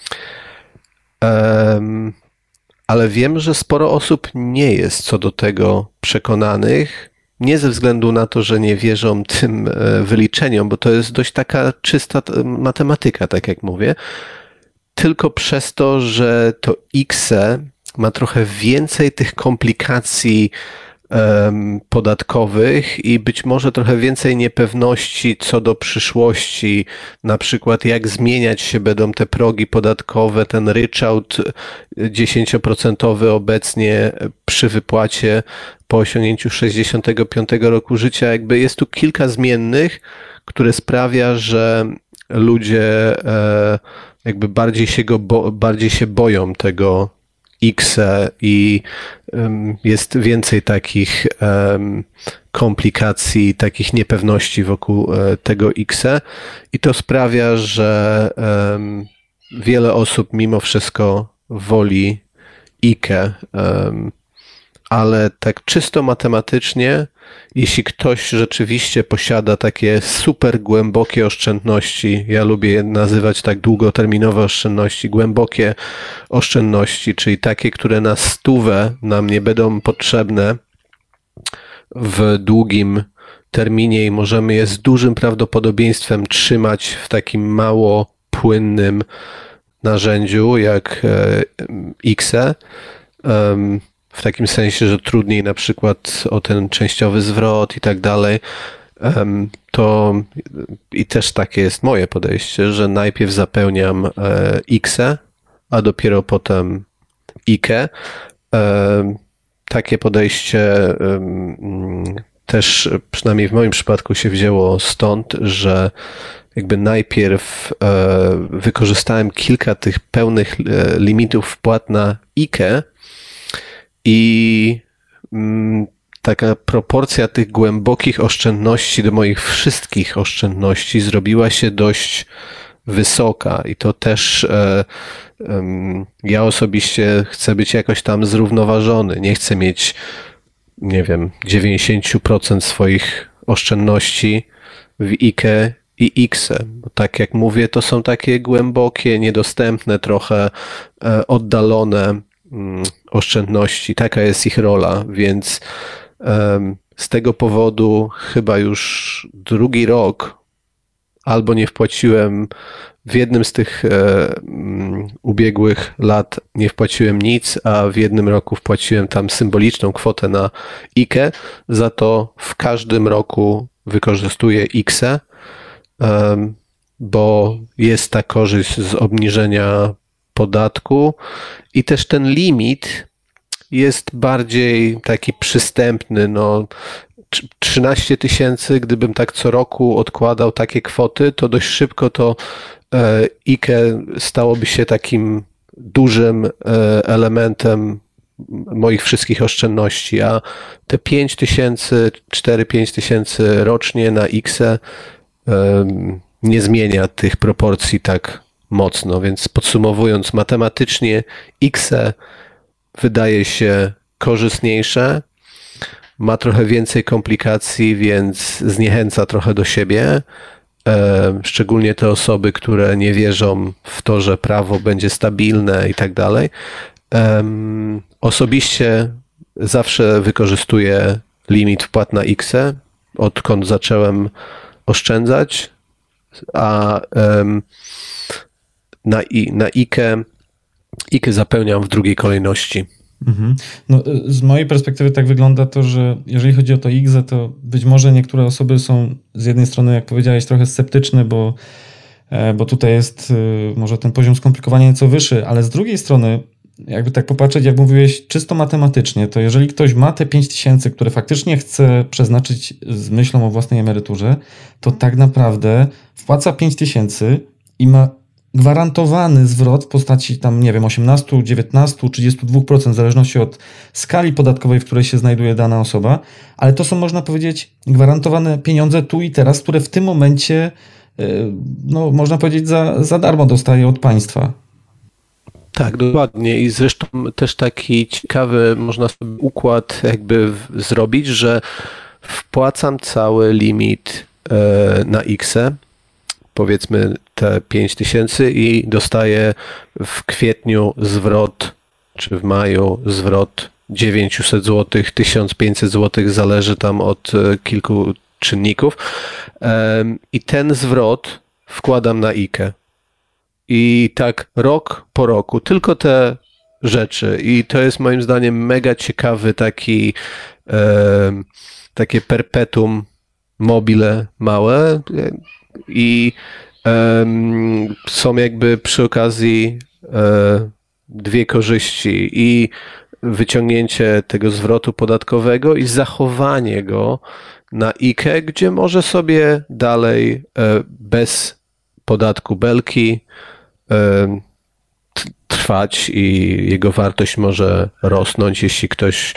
Ale wiem, że sporo osób nie jest co do tego przekonanych, nie ze względu na to, że nie wierzą tym wyliczeniom, bo to jest dość taka czysta matematyka, tak jak mówię, tylko przez to, że to XE ma trochę więcej tych komplikacji podatkowych i być może trochę więcej niepewności co do przyszłości, na przykład jak zmieniać się będą te progi podatkowe, ten ryczałt 10% obecnie przy wypłacie po osiągnięciu 65 roku życia, jakby jest tu kilka zmiennych, które sprawia, że ludzie jakby bardziej się boją tego XE i jest więcej takich komplikacji, takich niepewności wokół tego XE i to sprawia, że wiele osób mimo wszystko woli IKE, ale tak czysto matematycznie, jeśli ktoś rzeczywiście posiada takie super głębokie oszczędności, ja lubię je nazywać tak długoterminowe oszczędności, głębokie oszczędności, czyli takie, które na 100 nam nie będą potrzebne w długim terminie i możemy je z dużym prawdopodobieństwem trzymać w takim mało płynnym narzędziu jak XE. w takim sensie, że trudniej na przykład o ten częściowy zwrot i tak dalej, to i też takie jest moje podejście, że najpierw zapełniam X-e, a dopiero potem IKE. Takie podejście też przynajmniej w moim przypadku się wzięło stąd, że jakby najpierw wykorzystałem kilka tych pełnych limitów wpłat na IKE i taka proporcja tych głębokich oszczędności do moich wszystkich oszczędności zrobiła się dość wysoka i to też ja osobiście chcę być jakoś tam zrównoważony. Nie chcę mieć, nie wiem, 90% swoich oszczędności w IKE i IKSE. Bo tak jak mówię, to są takie głębokie, niedostępne, trochę oddalone oszczędności. Taka jest ich rola, więc z tego powodu chyba już drugi rok albo nie wpłaciłem w jednym z tych ubiegłych lat nie wpłaciłem nic, a w jednym roku wpłaciłem tam symboliczną kwotę na IKE, za to w każdym roku wykorzystuję IKSE, bo jest ta korzyść z obniżenia podatku i też ten limit jest bardziej taki przystępny, 13 000, gdybym tak co roku odkładał takie kwoty, to dość szybko to IKE stałoby się takim dużym elementem moich wszystkich oszczędności, a te 5 000, 4-5 000 rocznie na IKSE nie zmienia tych proporcji tak mocno, więc podsumowując, matematycznie IKSE wydaje się korzystniejsze, ma trochę więcej komplikacji, więc zniechęca trochę do siebie, szczególnie te osoby, które nie wierzą w to, że prawo będzie stabilne i tak dalej. Osobiście zawsze wykorzystuję limit wpłat na IKSE, odkąd zacząłem oszczędzać, a na IKE zapełniam w drugiej kolejności. Mhm. No, z mojej perspektywy tak wygląda to, że jeżeli chodzi o to IKSE, to być może niektóre osoby są z jednej strony, jak powiedziałeś, trochę sceptyczne, bo tutaj jest może ten poziom skomplikowania nieco wyższy, ale z drugiej strony, jakby tak popatrzeć, jak mówiłeś, czysto matematycznie, to jeżeli ktoś ma te 5 000, które faktycznie chce przeznaczyć z myślą o własnej emeryturze, to tak naprawdę wpłaca 5 000 i ma gwarantowany zwrot w postaci tam, nie wiem, 18, 19, 32%, w zależności od skali podatkowej, w której się znajduje dana osoba, ale to są, można powiedzieć, gwarantowane pieniądze tu i teraz, które w tym momencie, można powiedzieć, za darmo dostaje od państwa. Tak, dokładnie i zresztą też taki ciekawy można sobie układ jakby zrobić, że wpłacam cały limit na IKSE, powiedzmy te 5 000 i dostaję w kwietniu zwrot, czy w maju zwrot 900 zł, 1500 zł, zależy tam od kilku czynników i ten zwrot wkładam na IKE. I tak rok po roku, tylko te rzeczy i to jest moim zdaniem mega ciekawy takie perpetuum mobile małe i są jakby przy okazji dwie korzyści i wyciągnięcie tego zwrotu podatkowego i zachowanie go na IKE, gdzie może sobie dalej bez podatku belki trwać i jego wartość może rosnąć, jeśli ktoś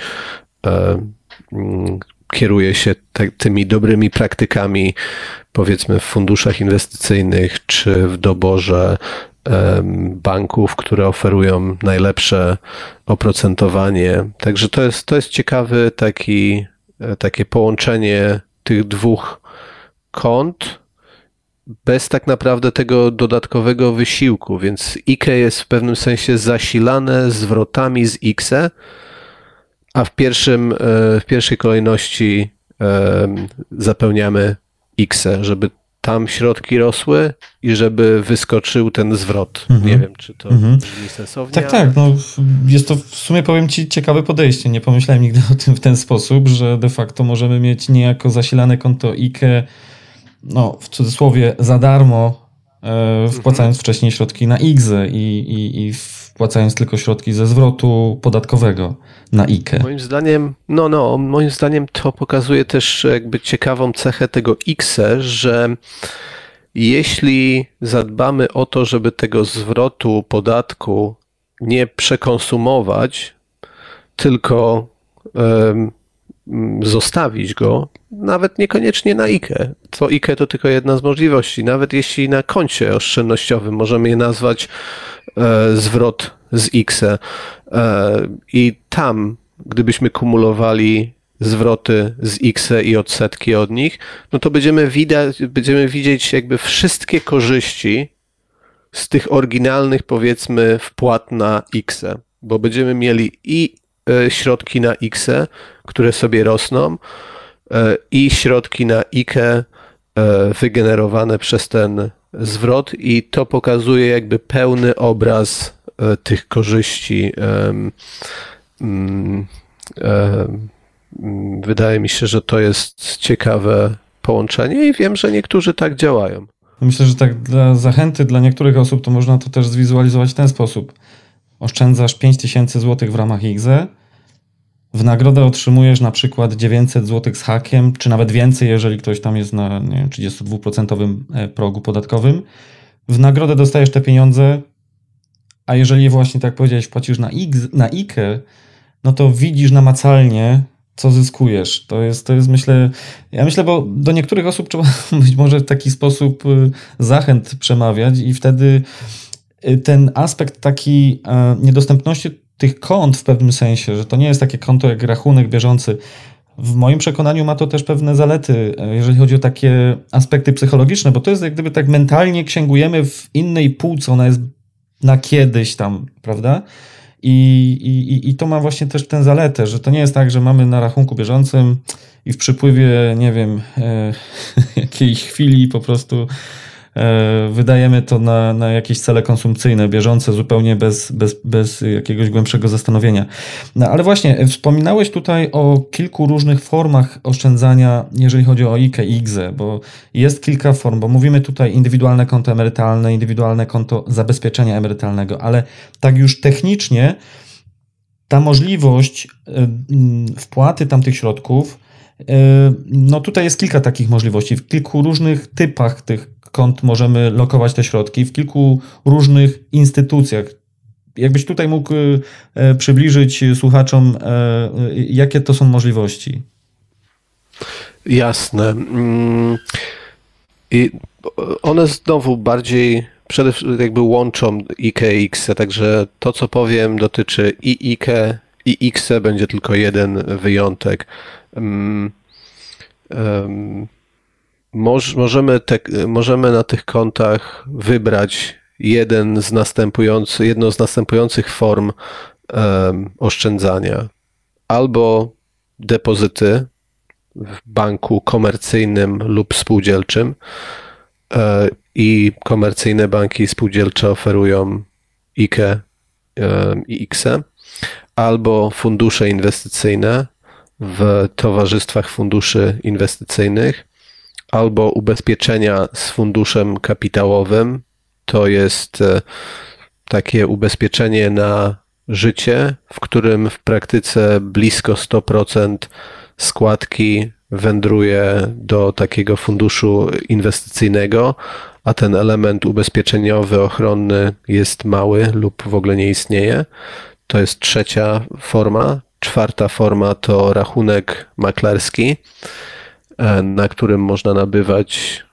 kieruje się tymi dobrymi praktykami, powiedzmy w funduszach inwestycyjnych czy w doborze banków, które oferują najlepsze oprocentowanie. Także to jest ciekawy takie połączenie tych dwóch kont bez tak naprawdę tego dodatkowego wysiłku, więc IKE jest w pewnym sensie zasilane zwrotami z IKSE, a w pierwszej kolejności zapełniamy IKSE, żeby tam środki rosły i żeby wyskoczył ten zwrot. Nie wiem, czy to brzmi sensownie. Tak, no jest to w sumie, powiem Ci, ciekawe podejście. Nie pomyślałem nigdy o tym w ten sposób, że de facto możemy mieć niejako zasilane konto IKE, no w cudzysłowie za darmo, wpłacając wcześniej środki na IGZE i wpłacając tylko środki ze zwrotu podatkowego na IKE. Moim zdaniem to pokazuje też jakby ciekawą cechę tego IKSE, że jeśli zadbamy o to, żeby tego zwrotu podatku nie przekonsumować, tylko zostawić go, nawet niekoniecznie na IKE. To IKE to tylko jedna z możliwości. Nawet jeśli na koncie oszczędnościowym możemy je nazwać zwrot z IKSE i tam, gdybyśmy kumulowali zwroty z IKSE i odsetki od nich, no to będziemy widzieć jakby wszystkie korzyści z tych oryginalnych, powiedzmy, wpłat na IKSE, bo będziemy mieli i środki na IKSE, które sobie rosną, i środki na IKE wygenerowane przez ten zwrot, i to pokazuje jakby pełny obraz tych korzyści. Wydaje mi się, że to jest ciekawe połączenie i wiem, że niektórzy tak działają. Myślę, że tak dla zachęty dla niektórych osób to można to też zwizualizować w ten sposób. Oszczędzasz 5000 zł w ramach IKZE, w nagrodę otrzymujesz na przykład 900 zł z hakiem, czy nawet więcej, jeżeli ktoś tam jest na 32% progu podatkowym. W nagrodę dostajesz te pieniądze, a jeżeli je właśnie, tak jak powiedziałeś, wpłacisz na IKE, no to widzisz namacalnie, co zyskujesz. To jest myślę, bo do niektórych osób trzeba być może w taki sposób zachęt przemawiać i wtedy ten aspekt taki niedostępności tych kont w pewnym sensie, że to nie jest takie konto jak rachunek bieżący. W moim przekonaniu ma to też pewne zalety, jeżeli chodzi o takie aspekty psychologiczne, bo to jest jak gdyby tak mentalnie księgujemy w innej półce, ona jest na kiedyś tam, prawda? I to ma właśnie też tę zaletę, że to nie jest tak, że mamy na rachunku bieżącym i w przypływie, nie wiem, jakiejś chwili po prostu wydajemy to na jakieś cele konsumpcyjne, bieżące, zupełnie bez jakiegoś głębszego zastanowienia. No ale właśnie, wspominałeś tutaj o kilku różnych formach oszczędzania, jeżeli chodzi o IKE i IKZE, bo jest kilka form, bo mówimy tutaj indywidualne konto emerytalne, indywidualne konto zabezpieczenia emerytalnego, ale tak już technicznie ta możliwość wpłaty tamtych środków, no tutaj jest kilka takich możliwości. W kilku różnych typach tych kont możemy lokować te środki, w kilku różnych instytucjach. Jakbyś tutaj mógł przybliżyć słuchaczom, jakie to są możliwości? Jasne. I one znowu bardziej przede wszystkim jakby łączą IKE i IKSE, także to, co powiem, dotyczy i IKE i IKSE, będzie tylko jeden wyjątek. Możemy na tych kontach wybrać jedną z następujących form oszczędzania. Albo depozyty w banku komercyjnym lub spółdzielczym, i komercyjne banki spółdzielcze oferują IKE i IKSE, albo fundusze inwestycyjne w towarzystwach funduszy inwestycyjnych, albo ubezpieczenia z funduszem kapitałowym. To jest takie ubezpieczenie na życie, w którym w praktyce blisko 100% składki wędruje do takiego funduszu inwestycyjnego, a ten element ubezpieczeniowy, ochronny jest mały lub w ogóle nie istnieje. To jest trzecia forma. Czwarta forma to rachunek maklerski, na którym można nabywać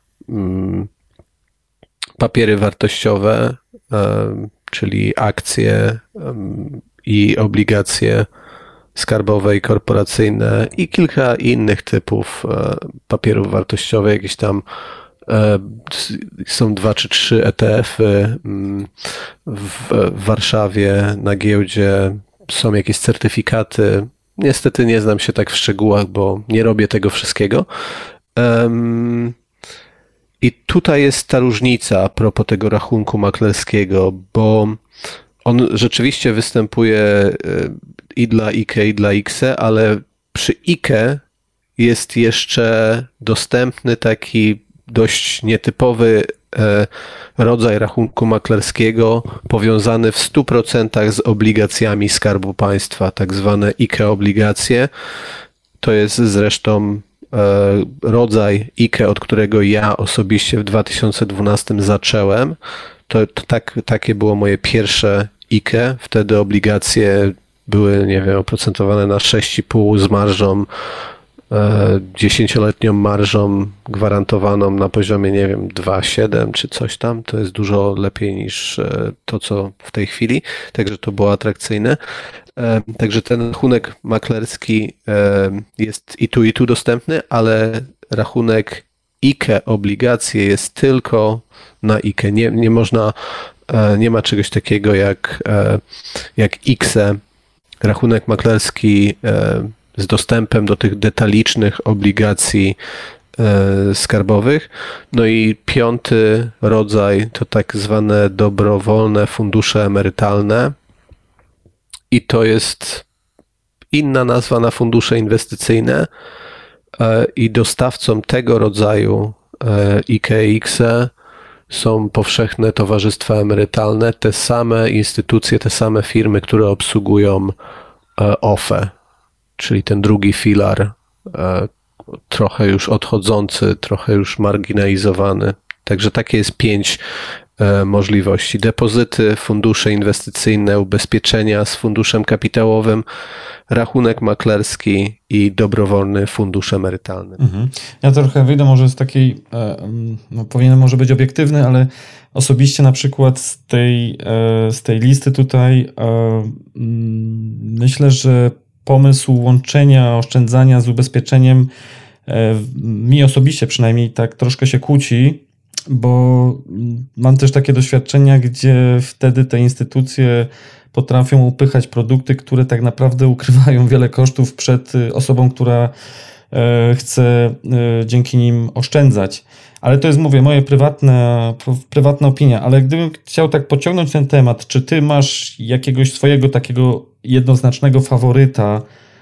papiery wartościowe, czyli akcje i obligacje skarbowe i korporacyjne i kilka innych typów papierów wartościowych. Jakieś tam są 2 czy 3 ETF-y w Warszawie na giełdzie, są jakieś certyfikaty. Niestety nie znam się tak w szczegółach, bo nie robię tego wszystkiego. I tutaj jest ta różnica a propos tego rachunku maklerskiego, bo on rzeczywiście występuje i dla IKE, i dla IKSE, ale przy IKE jest jeszcze dostępny taki dość nietypowy rodzaj rachunku maklerskiego powiązany w 100% z obligacjami Skarbu Państwa, tak zwane IKE obligacje. To jest zresztą rodzaj IKE, od którego ja osobiście w 2012 zacząłem. Takie było moje pierwsze IKE. Wtedy obligacje były, nie wiem, oprocentowane na 6,5 z marżą, 10-letnią marżą gwarantowaną na poziomie, nie wiem, 2,7 czy coś tam. To jest dużo lepiej niż to, co w tej chwili. Także to było atrakcyjne. Także ten rachunek maklerski jest i tu dostępny, ale rachunek IKE obligacje jest tylko na IKE. Nie można, nie ma czegoś takiego jak IKSE, rachunek maklerski z dostępem do tych detalicznych obligacji skarbowych. No i piąty rodzaj to tak zwane dobrowolne fundusze emerytalne i to jest inna nazwa na fundusze inwestycyjne i dostawcą tego rodzaju IKE i IKSE są powszechne towarzystwa emerytalne, te same instytucje, te same firmy, które obsługują OFE, czyli ten drugi filar, trochę już odchodzący, trochę już marginalizowany. Także takie jest 5 możliwości. Depozyty, fundusze inwestycyjne, ubezpieczenia z funduszem kapitałowym, rachunek maklerski i dobrowolny fundusz emerytalny. Ja trochę wyjdę może z takiej, powinienem może być obiektywny, ale osobiście na przykład z tej listy tutaj myślę, że pomysł łączenia oszczędzania z ubezpieczeniem mi osobiście przynajmniej tak troszkę się kłóci, bo mam też takie doświadczenia, gdzie wtedy te instytucje potrafią upychać produkty, które tak naprawdę ukrywają wiele kosztów przed osobą, która chce dzięki nim oszczędzać. Ale to jest, mówię, moja prywatna opinia, ale gdybym chciał tak pociągnąć ten temat, czy ty masz jakiegoś swojego takiego jednoznacznego faworyta,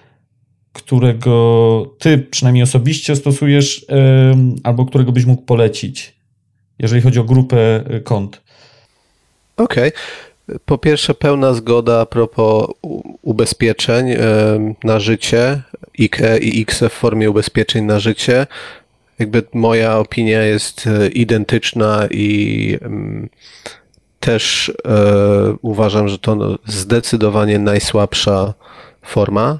którego ty przynajmniej osobiście stosujesz, albo którego byś mógł polecić, jeżeli chodzi o grupę kont? Okej. Po pierwsze, pełna zgoda a propos ubezpieczeń na życie, IKE i IKSE w formie ubezpieczeń na życie. Jakby moja opinia jest identyczna i też uważam, że to zdecydowanie najsłabsza forma.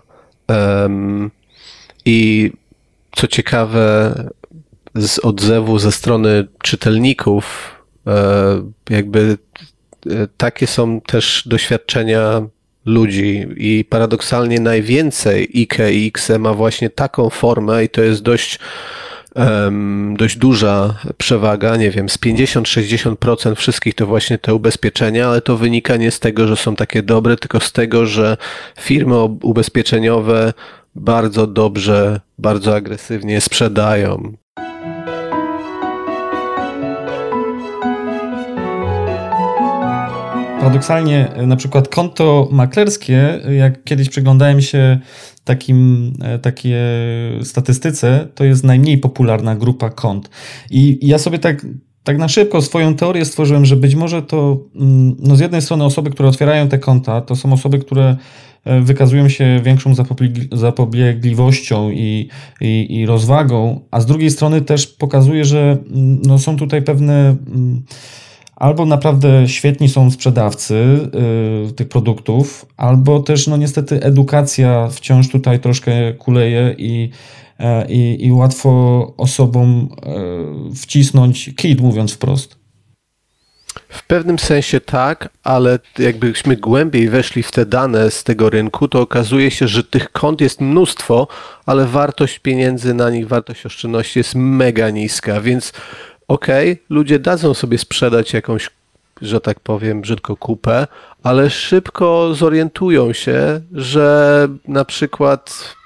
I co ciekawe, z odzewu ze strony czytelników, jakby takie są też doświadczenia ludzi i paradoksalnie najwięcej IKE i IKSE ma właśnie taką formę i to jest dość duża przewaga, nie wiem, z 50-60% wszystkich to właśnie te ubezpieczenia, ale to wynika nie z tego, że są takie dobre, tylko z tego, że firmy ubezpieczeniowe bardzo dobrze, bardzo agresywnie sprzedają. Paradoksalnie na przykład konto maklerskie, jak kiedyś przyglądałem się takie statystyce, to jest najmniej popularna grupa kont. I ja sobie tak na szybko swoją teorię stworzyłem, że być może to z jednej strony osoby, które otwierają te konta, to są osoby, które wykazują się większą zapobiegliwością i rozwagą, a z drugiej strony też pokazuje, że są tutaj pewne albo naprawdę świetni są sprzedawcy tych produktów, albo też niestety edukacja wciąż tutaj troszkę kuleje i łatwo osobom wcisnąć kit, mówiąc wprost. W pewnym sensie tak, ale jakbyśmy głębiej weszli w te dane z tego rynku, to okazuje się, że tych kont jest mnóstwo, ale wartość pieniędzy na nich, wartość oszczędności jest mega niska, więc ludzie dadzą sobie sprzedać jakąś, że tak powiem, brzydko kupę, ale szybko zorientują się, że na przykład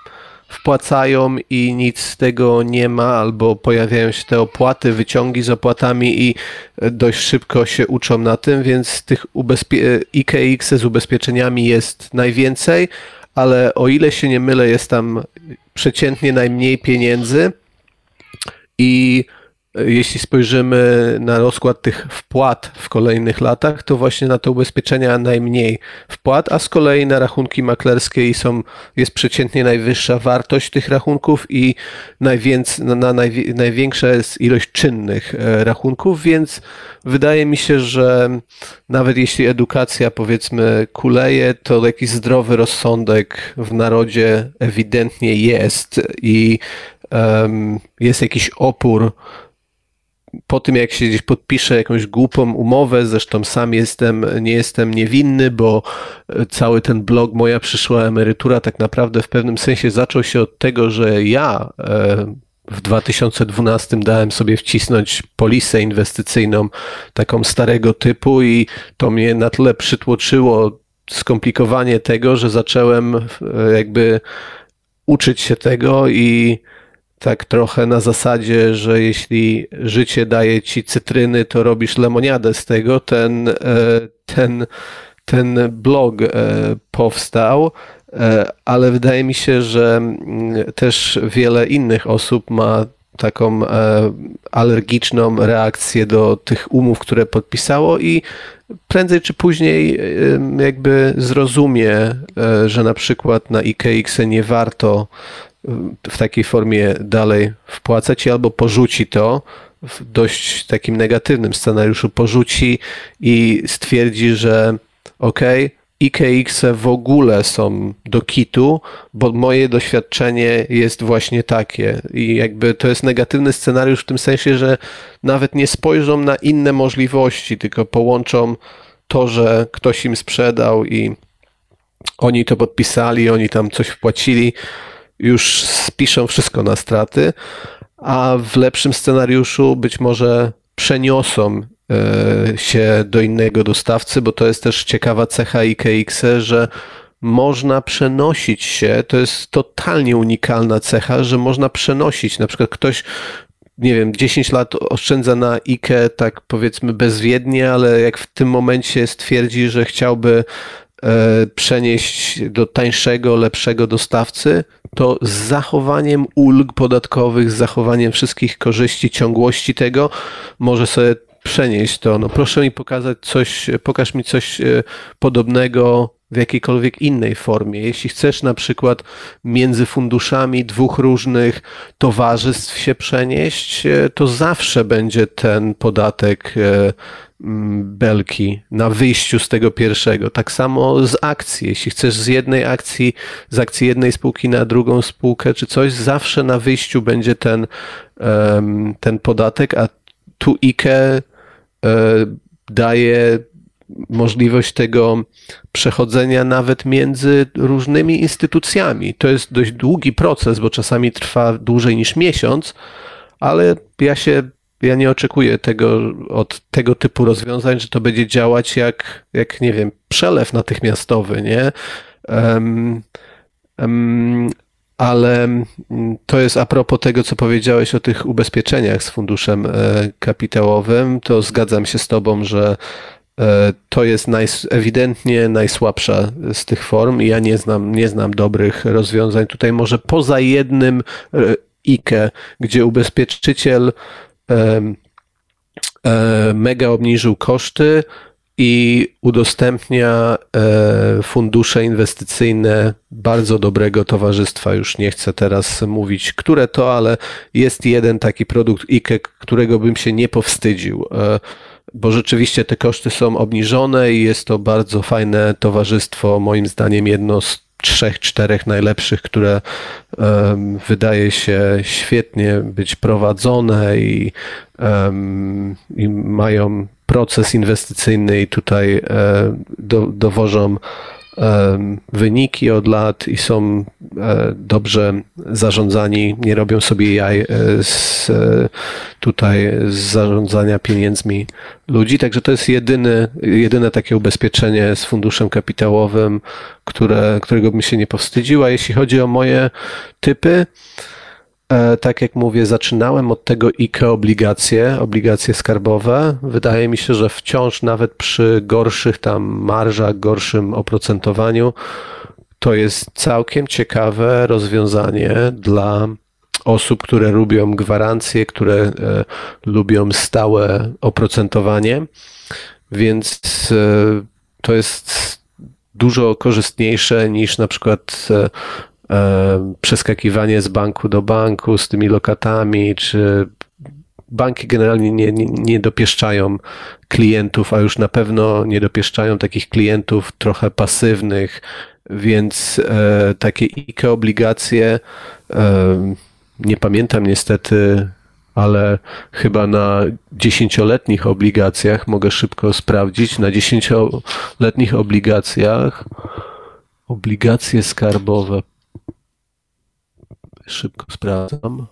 wpłacają i nic z tego nie ma, albo pojawiają się te opłaty, wyciągi z opłatami i dość szybko się uczą na tym, więc tych IKX z ubezpieczeniami jest najwięcej, ale o ile się nie mylę, jest tam przeciętnie najmniej pieniędzy i jeśli spojrzymy na rozkład tych wpłat w kolejnych latach, to właśnie na te ubezpieczenia najmniej wpłat, a z kolei na rachunki maklerskie jest przeciętnie najwyższa wartość tych rachunków i największa jest ilość czynnych rachunków, więc wydaje mi się, że nawet jeśli edukacja powiedzmy kuleje, to jakiś zdrowy rozsądek w narodzie ewidentnie jest i jest jakiś opór po tym, jak się gdzieś podpisze jakąś głupą umowę, zresztą sam nie jestem niewinny, bo cały ten blog Moja przyszła emerytura tak naprawdę w pewnym sensie zaczął się od tego, że ja w 2012 dałem sobie wcisnąć polisę inwestycyjną taką starego typu i to mnie na tyle przytłoczyło skomplikowanie tego, że zacząłem jakby uczyć się tego i tak trochę na zasadzie, że jeśli życie daje ci cytryny, to robisz lemoniadę z tego. Ten blog powstał, ale wydaje mi się, że też wiele innych osób ma taką alergiczną reakcję do tych umów, które podpisało i prędzej czy później jakby zrozumie, że na przykład na IKX-e nie warto w takiej formie dalej wpłacać albo porzuci to w dość takim negatywnym scenariuszu, porzuci i stwierdzi, że IKX-e w ogóle są do kitu, bo moje doświadczenie jest właśnie takie i jakby to jest negatywny scenariusz w tym sensie, że nawet nie spojrzą na inne możliwości, tylko połączą to, że ktoś im sprzedał i oni to podpisali, oni tam coś wpłacili, już spiszą wszystko na straty, a w lepszym scenariuszu być może przeniosą się do innego dostawcy, bo to jest też ciekawa cecha IKX-e, że można przenosić się, to jest totalnie unikalna cecha, że można przenosić, na przykład ktoś, nie wiem, 10 lat oszczędza na IKE tak powiedzmy bezwiednie, ale jak w tym momencie stwierdzi, że chciałby przenieść do tańszego, lepszego dostawcy, to z zachowaniem ulg podatkowych, z zachowaniem wszystkich korzyści, ciągłości tego, może sobie przenieść to. No proszę mi pokaż mi coś podobnego w jakiejkolwiek innej formie. Jeśli chcesz na przykład między funduszami dwóch różnych towarzystw się przenieść, to zawsze będzie ten podatek belki na wyjściu z tego pierwszego. Tak samo z akcji. Jeśli chcesz z akcji jednej spółki na drugą spółkę czy coś, zawsze na wyjściu będzie ten podatek, a tu IKE daje możliwość tego przechodzenia nawet między różnymi instytucjami. To jest dość długi proces, bo czasami trwa dłużej niż miesiąc, ale ja nie oczekuję od tego typu rozwiązań, że to będzie działać jak nie wiem, przelew natychmiastowy, nie? Ale to jest a propos tego, co powiedziałeś o tych ubezpieczeniach z funduszem kapitałowym, to zgadzam się z tobą, że to jest ewidentnie najsłabsza z tych form i ja nie znam dobrych rozwiązań. Tutaj może poza jednym IKE, gdzie ubezpieczyciel mega obniżył koszty i udostępnia fundusze inwestycyjne bardzo dobrego towarzystwa. Już nie chcę teraz mówić, które to, ale jest jeden taki produkt IKE, którego bym się nie powstydził, bo rzeczywiście te koszty są obniżone i jest to bardzo fajne towarzystwo, moim zdaniem jedno z 3-4 najlepszych, które wydaje się świetnie być prowadzone i mają proces inwestycyjny i tutaj dowożą wyniki od lat i są dobrze zarządzani, nie robią sobie jaj z zarządzania pieniędzmi ludzi. Także to jest jedyne takie ubezpieczenie z funduszem kapitałowym, którego bym się nie powstydził. A jeśli chodzi o moje typy, tak jak mówię, zaczynałem od tego IKE obligacje skarbowe. Wydaje mi się, że wciąż nawet przy gorszych tam marżach, gorszym oprocentowaniu, to jest całkiem ciekawe rozwiązanie dla osób, które lubią gwarancje, które lubią stałe oprocentowanie, więc to jest dużo korzystniejsze niż na przykład przeskakiwanie z banku do banku z tymi lokatami, czy banki generalnie nie dopieszczają klientów, a już na pewno nie dopieszczają takich klientów trochę pasywnych, więc takie IKE obligacje, nie pamiętam niestety, ale chyba na 10-letnich obligacjach, mogę szybko sprawdzić, na 10-letnich obligacje skarbowe, szybko sprawdzam.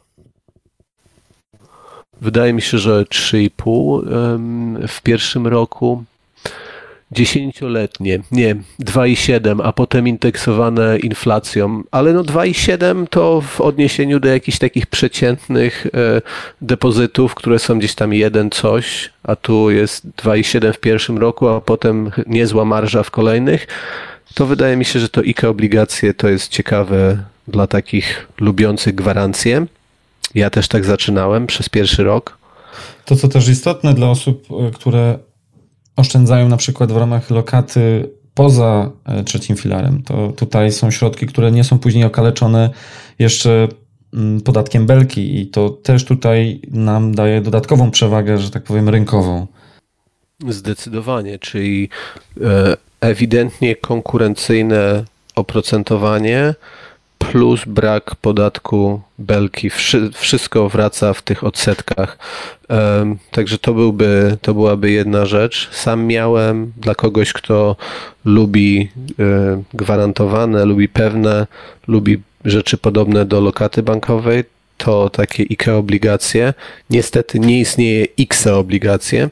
Wydaje mi się, że 3,5 w pierwszym roku. 10-letnie, nie, 2,7, a potem indeksowane inflacją, ale no 2,7 to w odniesieniu do jakichś takich przeciętnych depozytów, które są gdzieś tam 1 coś, a tu jest 2,7 w pierwszym roku, a potem niezła marża w kolejnych, to wydaje mi się, że to IKE obligacje to jest ciekawe dla takich lubiących gwarancje. Ja też tak zaczynałem przez pierwszy rok. To, co też istotne dla osób, które oszczędzają na przykład w ramach lokaty poza trzecim filarem, to tutaj są środki, które nie są później okaleczone jeszcze podatkiem Belki i to też tutaj nam daje dodatkową przewagę, że tak powiem, rynkową. Zdecydowanie, czyli ewidentnie konkurencyjne oprocentowanie plus brak podatku Belki. Wszystko wraca w tych odsetkach. Także to byłaby jedna rzecz. Sam miałem dla kogoś, kto lubi gwarantowane, lubi pewne, lubi rzeczy podobne do lokaty bankowej, to takie IKE obligacje. Niestety nie istnieje IKSE obligacje.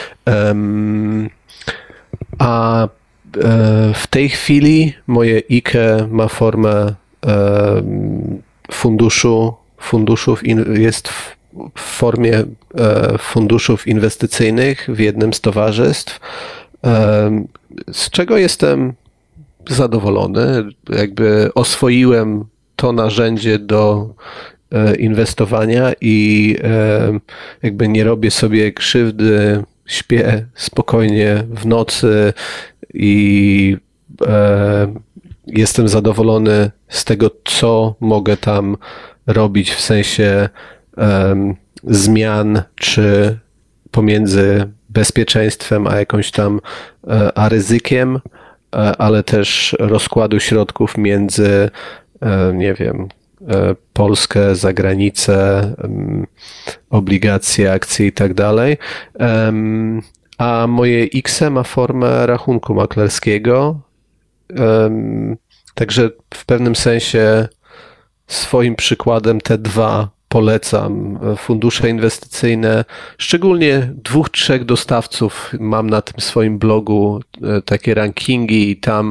A w tej chwili moje IKE ma formę jest w formie funduszów inwestycyjnych w jednym z towarzystw, z czego jestem zadowolony. Jakby oswoiłem to narzędzie do inwestowania i jakby nie robię sobie krzywdy, śpię spokojnie w nocy i jestem zadowolony z tego, co mogę tam robić w sensie zmian, czy pomiędzy bezpieczeństwem a jakąś tam a ryzykiem, ale też rozkładu środków między, nie wiem, Polskę, zagranicę, obligacje, akcje i tak dalej. A moje IKSE ma formę rachunku maklerskiego. Także w pewnym sensie swoim przykładem te dwa polecam. Fundusze inwestycyjne, szczególnie 2-3 dostawców, mam na tym swoim blogu takie rankingi i tam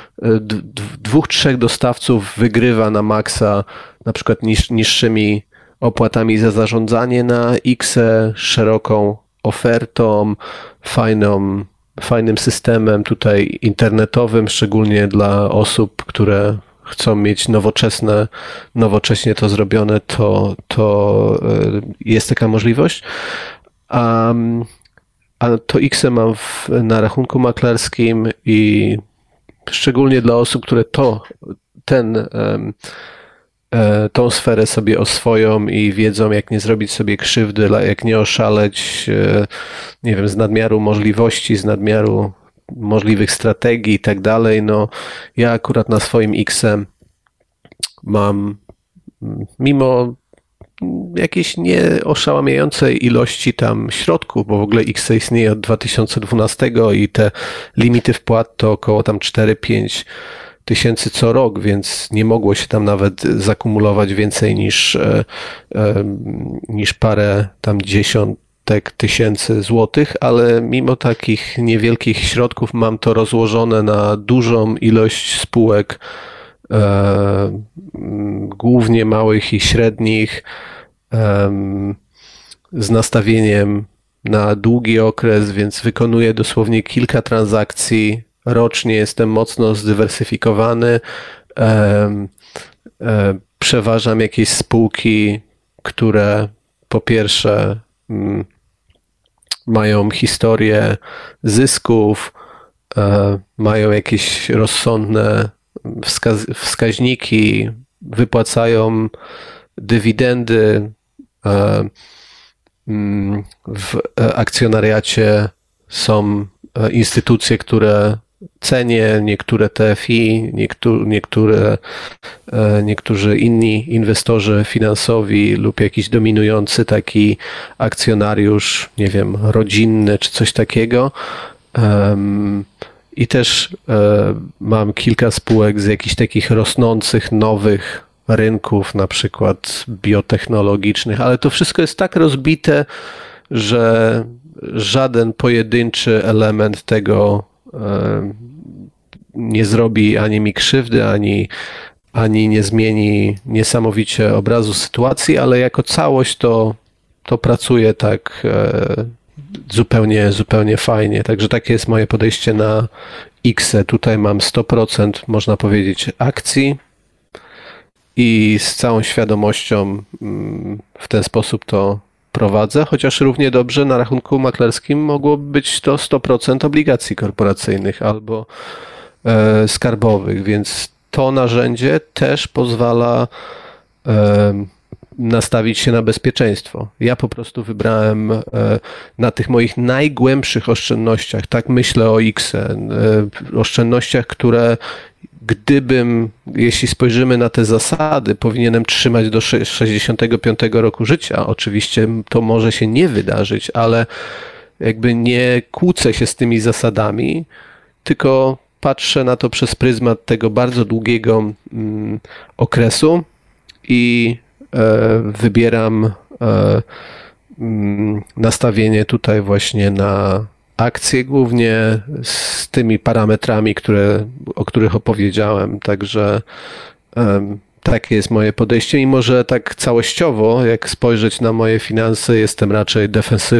2-3 dostawców wygrywa na maksa, na przykład niższymi opłatami za zarządzanie na IKSE, szeroką ofertą, fajnym systemem tutaj internetowym, szczególnie dla osób, które chcą mieć nowocześnie to zrobione, to jest taka możliwość. A to IKSE mam na rachunku maklerskim i szczególnie dla osób, które tą sferę sobie oswoją i wiedzą, jak nie zrobić sobie krzywdy, jak nie oszaleć, nie wiem, z nadmiaru możliwości, z nadmiaru możliwych strategii i tak dalej. No, ja akurat na swoim IKSE mam, mimo jakieś nieoszałamiającej ilości tam środków, bo w ogóle X istnieje od 2012 i te limity wpłat to około tam 4-5 tysięcy co rok, więc nie mogło się tam nawet zakumulować więcej niż parę tam dziesiątek tysięcy złotych, ale mimo takich niewielkich środków mam to rozłożone na dużą ilość spółek, głównie małych i średnich, z nastawieniem na długi okres, więc wykonuję dosłownie kilka transakcji rocznie, jestem mocno zdywersyfikowany, przeważam jakieś spółki, które po pierwsze mają historię zysków, mają jakieś rozsądne wskaźniki, wypłacają dywidendy, w akcjonariacie są instytucje, które cenię, niektóre TFI, niektórzy inni inwestorzy finansowi lub jakiś dominujący taki akcjonariusz, nie wiem, rodzinny czy coś takiego. I też mam kilka spółek z jakichś takich rosnących, nowych rynków, na przykład biotechnologicznych, ale to wszystko jest tak rozbite, że żaden pojedynczy element tego nie zrobi ani mi krzywdy, ani nie zmieni niesamowicie obrazu sytuacji, ale jako całość to pracuje tak zupełnie fajnie. Także takie jest moje podejście na X. Tutaj mam 100%, można powiedzieć, akcji i z całą świadomością w ten sposób to prowadzę, chociaż równie dobrze na rachunku maklerskim mogłoby być to 100% obligacji korporacyjnych albo skarbowych, więc to narzędzie też pozwala nastawić się na bezpieczeństwo. Ja po prostu wybrałem na tych moich najgłębszych oszczędnościach, tak myślę o X, oszczędnościach, które jeśli spojrzymy na te zasady, powinienem trzymać do 65 roku życia. Oczywiście to może się nie wydarzyć, ale jakby nie kłócę się z tymi zasadami, tylko patrzę na to przez pryzmat tego bardzo długiego okresu i wybieram nastawienie tutaj właśnie na akcje głównie z tymi parametrami, o których opowiedziałem. Także takie jest moje podejście. Mimo że tak całościowo, jak spojrzeć na moje finanse, jestem raczej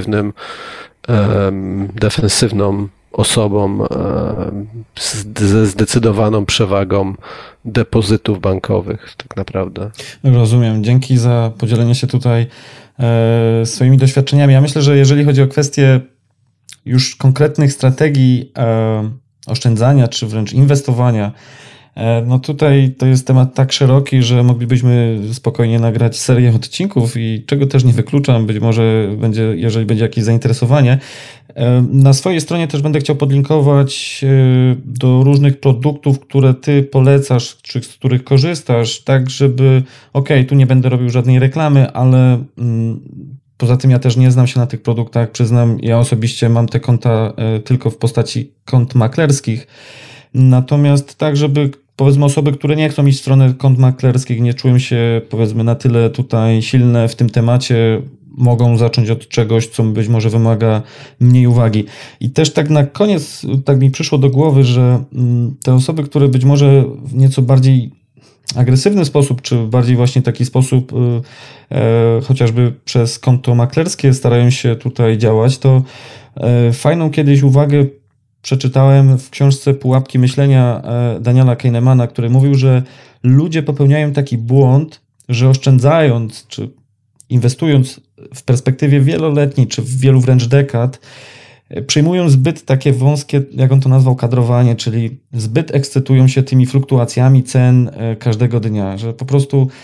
defensywną osobą ze zdecydowaną przewagą depozytów bankowych, tak naprawdę. Rozumiem. Dzięki za podzielenie się tutaj swoimi doświadczeniami. Ja myślę, że jeżeli chodzi o kwestie już konkretnych strategii oszczędzania, czy wręcz inwestowania, no tutaj to jest temat tak szeroki, że moglibyśmy spokojnie nagrać serię odcinków i czego też nie wykluczam, być może będzie, jeżeli będzie jakieś zainteresowanie. Na swojej stronie też będę chciał podlinkować do różnych produktów, które ty polecasz, czy z których korzystasz, tak żeby, tu nie będę robił żadnej reklamy, ale poza tym ja też nie znam się na tych produktach, przyznam, ja osobiście mam te konta tylko w postaci kont maklerskich, natomiast tak, żeby powiedzmy osoby, które nie chcą iść w stronę kont maklerskich, nie czują się powiedzmy na tyle tutaj silne w tym temacie, mogą zacząć od czegoś, co być może wymaga mniej uwagi. I też tak na koniec tak mi przyszło do głowy, że te osoby, które być może w nieco bardziej agresywny sposób, czy bardziej właśnie taki sposób chociażby przez konto maklerskie starają się tutaj działać, to fajną kiedyś uwagę przeczytałem w książce Pułapki myślenia Daniela Kahnemana, który mówił, że ludzie popełniają taki błąd, że oszczędzając czy inwestując w perspektywie wieloletniej, czy w wielu wręcz dekad, przyjmują zbyt takie wąskie, jak on to nazwał, kadrowanie, czyli zbyt ekscytują się tymi fluktuacjami cen każdego dnia, że po prostu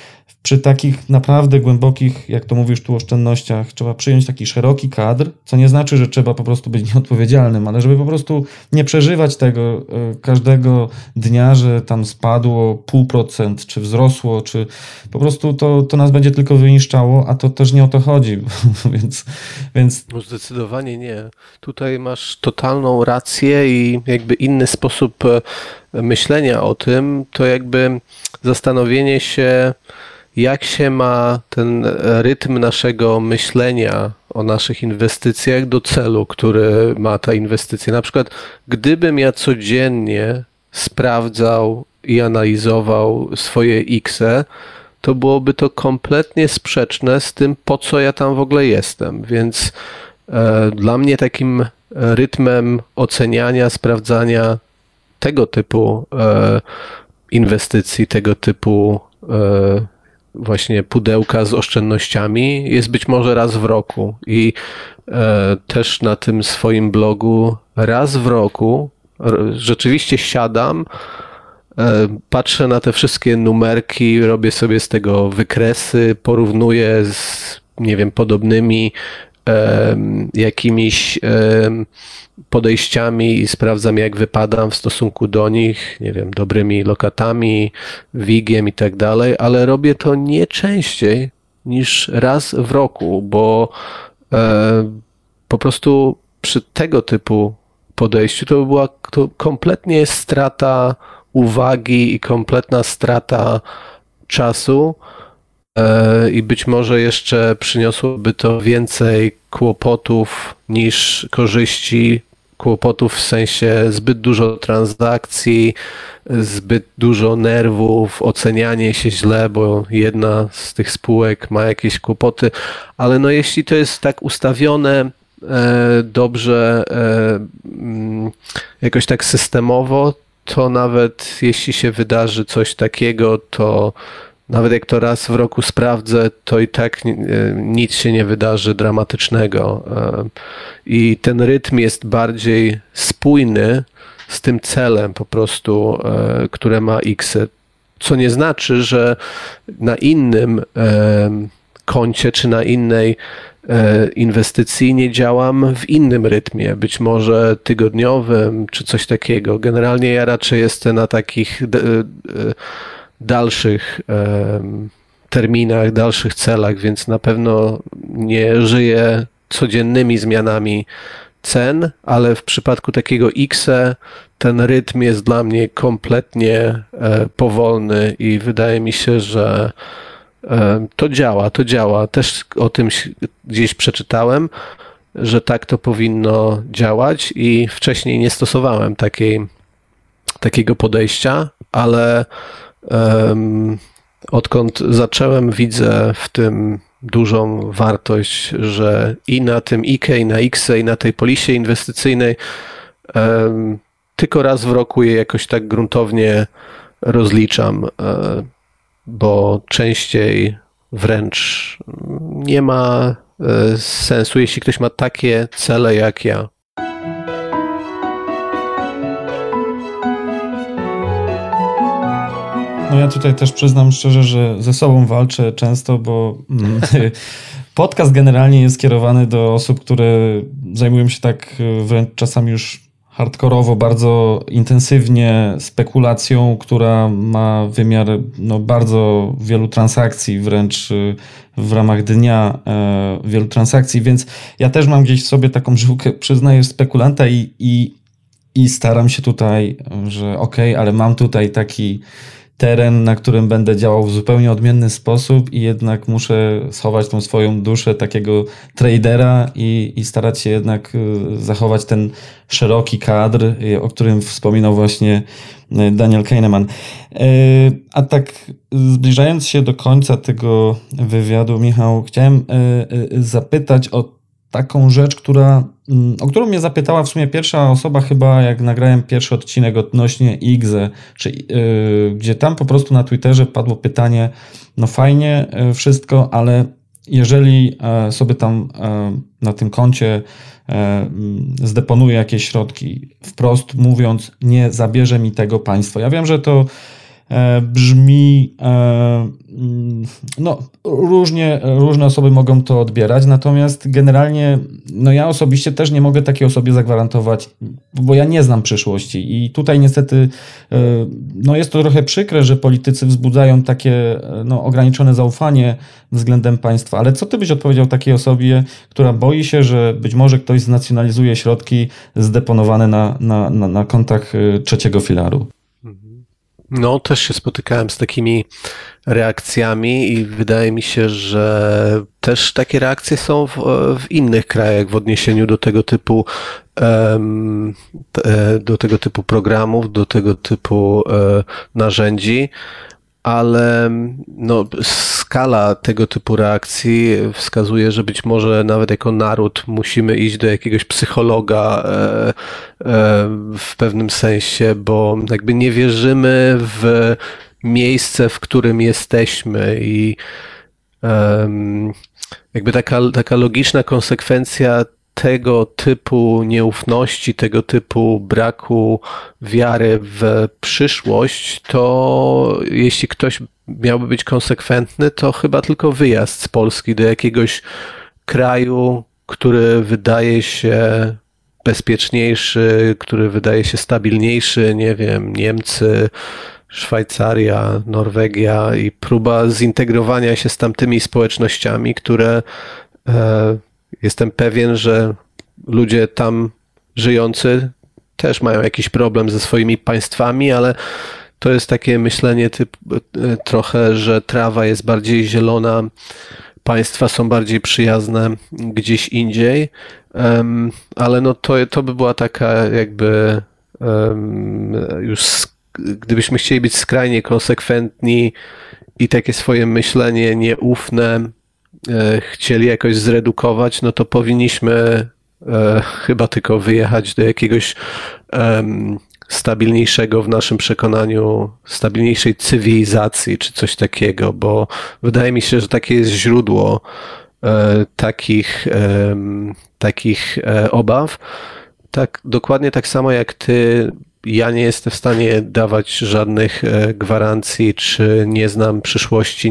przy takich naprawdę głębokich, jak to mówisz tu, oszczędnościach, trzeba przyjąć taki szeroki kadr, co nie znaczy, że trzeba po prostu być nieodpowiedzialnym, ale żeby po prostu nie przeżywać tego każdego dnia, że tam spadło 0,5%, czy wzrosło, czy po prostu to nas będzie tylko wyniszczało, a to też nie o to chodzi, więc... No zdecydowanie nie. Tutaj masz totalną rację i jakby inny sposób myślenia o tym, to jakby zastanowienie się, jak się ma ten rytm naszego myślenia o naszych inwestycjach do celu, który ma ta inwestycja. Na przykład, gdybym ja codziennie sprawdzał i analizował swoje X-e, to byłoby to kompletnie sprzeczne z tym, po co ja tam w ogóle jestem. Więc dla mnie takim rytmem oceniania, sprawdzania tego typu inwestycji, tego typu właśnie pudełka z oszczędnościami jest być może raz w roku. I też na tym swoim blogu raz w roku rzeczywiście siadam, patrzę na te wszystkie numerki, robię sobie z tego wykresy, porównuję z, nie wiem, podobnymi jakimiś podejściami i sprawdzam, jak wypadam w stosunku do nich, nie wiem, dobrymi lokatami, WIG-iem i tak dalej, ale robię to nie częściej niż raz w roku, bo po prostu przy tego typu podejściu to by była kompletnie strata uwagi i kompletna strata czasu i być może jeszcze przyniosłoby to więcej kłopotów niż korzyści. Kłopotów w sensie zbyt dużo transakcji, zbyt dużo nerwów, ocenianie się źle, bo jedna z tych spółek ma jakieś kłopoty, ale no jeśli to jest tak ustawione dobrze, jakoś tak systemowo, to nawet jeśli się wydarzy coś takiego, to nawet jak to raz w roku sprawdzę, to i tak nic się nie wydarzy dramatycznego. I ten rytm jest bardziej spójny z tym celem po prostu, które ma X. Co nie znaczy, że na innym koncie czy na innej inwestycji nie działam w innym rytmie, być może tygodniowym czy coś takiego. Generalnie ja raczej jestem na takich dalszych terminach, dalszych celach, więc na pewno nie żyję codziennymi zmianami cen, ale w przypadku takiego X ten rytm jest dla mnie kompletnie powolny i wydaje mi się, że to działa. Też o tym gdzieś przeczytałem, że tak to powinno działać i wcześniej nie stosowałem takiego podejścia, ale odkąd zacząłem, widzę w tym dużą wartość, że i na tym IKE, i na X, i na tej polisie inwestycyjnej tylko raz w roku je jakoś tak gruntownie rozliczam, bo częściej wręcz nie ma sensu, jeśli ktoś ma takie cele jak ja. No ja tutaj też przyznam szczerze, że ze sobą walczę często, bo podcast generalnie jest skierowany do osób, które zajmują się tak wręcz czasami już hardkorowo, bardzo intensywnie spekulacją, która ma wymiar bardzo wielu transakcji, wręcz w ramach dnia wielu transakcji, więc ja też mam gdzieś w sobie taką żyłkę, przyznaję, spekulanta i staram się tutaj, że okej, ale mam tutaj taki teren, na którym będę działał w zupełnie odmienny sposób i jednak muszę schować tą swoją duszę takiego tradera i starać się jednak zachować ten szeroki kadr, o którym wspominał właśnie Daniel Kahneman. A tak zbliżając się do końca tego wywiadu, Michał, chciałem zapytać o taką rzecz, o którą mnie zapytała w sumie pierwsza osoba chyba, jak nagrałem pierwszy odcinek odnośnie IGZE, gdzie tam po prostu na Twitterze padło pytanie, no fajnie wszystko, ale jeżeli sobie tam na tym koncie zdeponuję jakieś środki, wprost mówiąc, nie zabierze mi tego państwo. Ja wiem, że to brzmi, no różne osoby mogą to odbierać, natomiast generalnie no ja osobiście też nie mogę takiej osobie zagwarantować, bo ja nie znam przyszłości i tutaj niestety no jest to trochę przykre, że politycy wzbudzają takie no, ograniczone zaufanie względem państwa, ale co ty byś odpowiedział takiej osobie, która boi się, że być może ktoś znacjonalizuje środki zdeponowane na kontach trzeciego filaru? No, też się spotykałem z takimi reakcjami i wydaje mi się, że też takie reakcje są w innych krajach w odniesieniu do tego typu programów, do tego typu narzędzi, ale no, skala tego typu reakcji wskazuje, że być może nawet jako naród musimy iść do jakiegoś psychologa w pewnym sensie, bo jakby nie wierzymy w miejsce, w którym jesteśmy i jakby taka logiczna konsekwencja tego typu nieufności, tego typu braku wiary w przyszłość, to jeśli ktoś miałby być konsekwentny, to chyba tylko wyjazd z Polski do jakiegoś kraju, który wydaje się bezpieczniejszy, który wydaje się stabilniejszy, nie wiem, Niemcy, Szwajcaria, Norwegia i próba zintegrowania się z tamtymi społecznościami, które jestem pewien, że ludzie tam żyjący też mają jakiś problem ze swoimi państwami, ale to jest takie myślenie trochę, że trawa jest bardziej zielona, państwa są bardziej przyjazne gdzieś indziej, ale no to by była taka jakby już gdybyśmy chcieli być skrajnie konsekwentni i takie swoje myślenie nieufne chcieli jakoś zredukować, no to powinniśmy chyba tylko wyjechać do jakiegoś stabilniejszego w naszym przekonaniu, stabilniejszej cywilizacji czy coś takiego, bo wydaje mi się, że takie jest źródło takich obaw. Tak, dokładnie tak samo jak ty, ja nie jestem w stanie dawać żadnych gwarancji, czy nie znam przyszłości,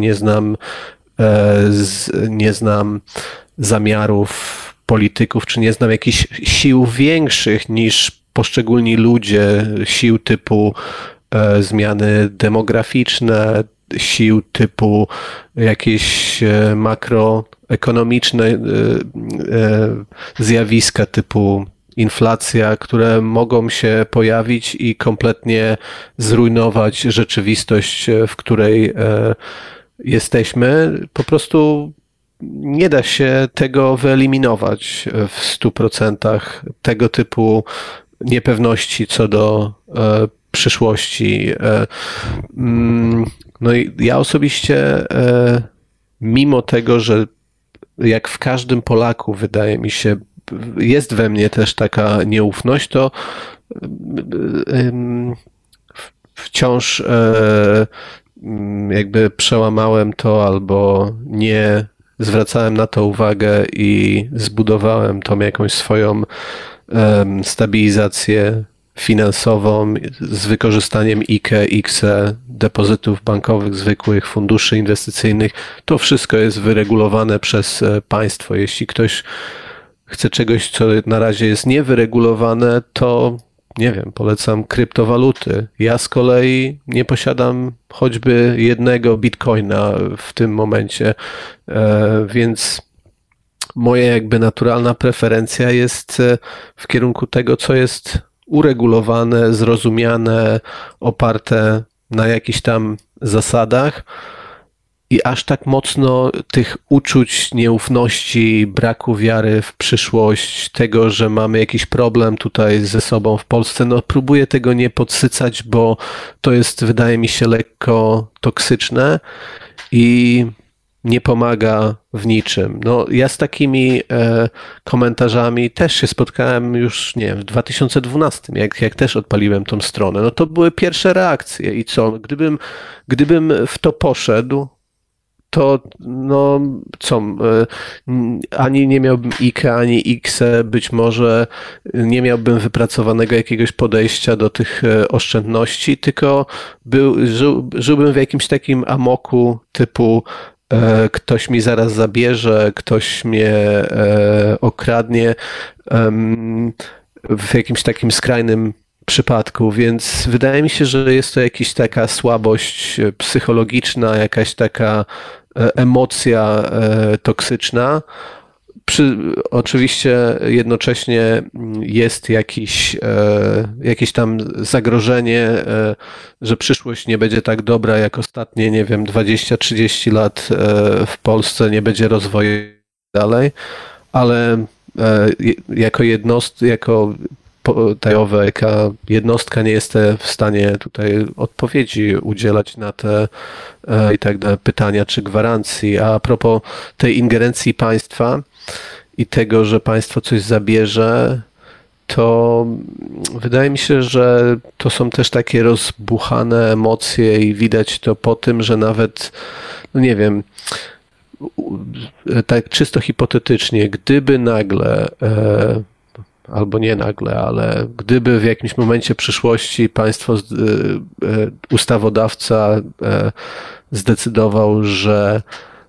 nie znam zamiarów polityków, czy nie znam jakichś sił większych niż poszczególni ludzie, sił typu zmiany demograficzne, sił typu jakieś makroekonomiczne zjawiska typu inflacja, które mogą się pojawić i kompletnie zrujnować rzeczywistość, w której jesteśmy. Po prostu nie da się tego wyeliminować w 100%, tego typu niepewności co do przyszłości. No i ja osobiście, mimo tego, że jak w każdym Polaku, wydaje mi się, jest we mnie też taka nieufność, to wciąż jakby przełamałem to albo nie zwracałem na to uwagę i zbudowałem tą jakąś swoją stabilizację finansową z wykorzystaniem IKE, IKSE, depozytów bankowych zwykłych, funduszy inwestycyjnych. To wszystko jest wyregulowane przez państwo. Jeśli ktoś chce czegoś, co na razie jest niewyregulowane, to nie wiem, polecam kryptowaluty. Ja z kolei nie posiadam choćby jednego bitcoina w tym momencie, więc moja jakby naturalna preferencja jest w kierunku tego, co jest uregulowane, zrozumiane, oparte na jakichś tam zasadach. I aż tak mocno tych uczuć nieufności, braku wiary w przyszłość, tego, że mamy jakiś problem tutaj ze sobą w Polsce, no próbuję tego nie podsycać, bo to jest, wydaje mi się, lekko toksyczne i nie pomaga w niczym. No, ja z takimi komentarzami też się spotkałem już, nie wiem, w 2012, jak też odpaliłem tą stronę. No to były pierwsze reakcje i co? Gdybym w to poszedł, to no co, ani nie miałbym IKE, ani IKSE, być może nie miałbym wypracowanego jakiegoś podejścia do tych oszczędności, tylko żyłbym w jakimś takim amoku typu ktoś mi zaraz zabierze, ktoś mnie okradnie, w jakimś takim skrajnym przypadku, więc wydaje mi się, że jest to jakaś taka słabość psychologiczna, jakaś taka emocja toksyczna. Oczywiście jednocześnie jest jakieś tam zagrożenie, że przyszłość nie będzie tak dobra jak ostatnie, nie wiem, 20-30 lat w Polsce, nie będzie rozwoju dalej, ale jako jednostka nie jestem w stanie tutaj odpowiedzi udzielać na te i tak dalej pytania czy gwarancji. A propos tej ingerencji państwa i tego, że państwo coś zabierze, to wydaje mi się, że to są też takie rozbuchane emocje i widać to po tym, że nawet, no nie wiem, tak czysto hipotetycznie, gdyby nagle albo nie nagle, ale gdyby w jakimś momencie przyszłości ustawodawca zdecydował, że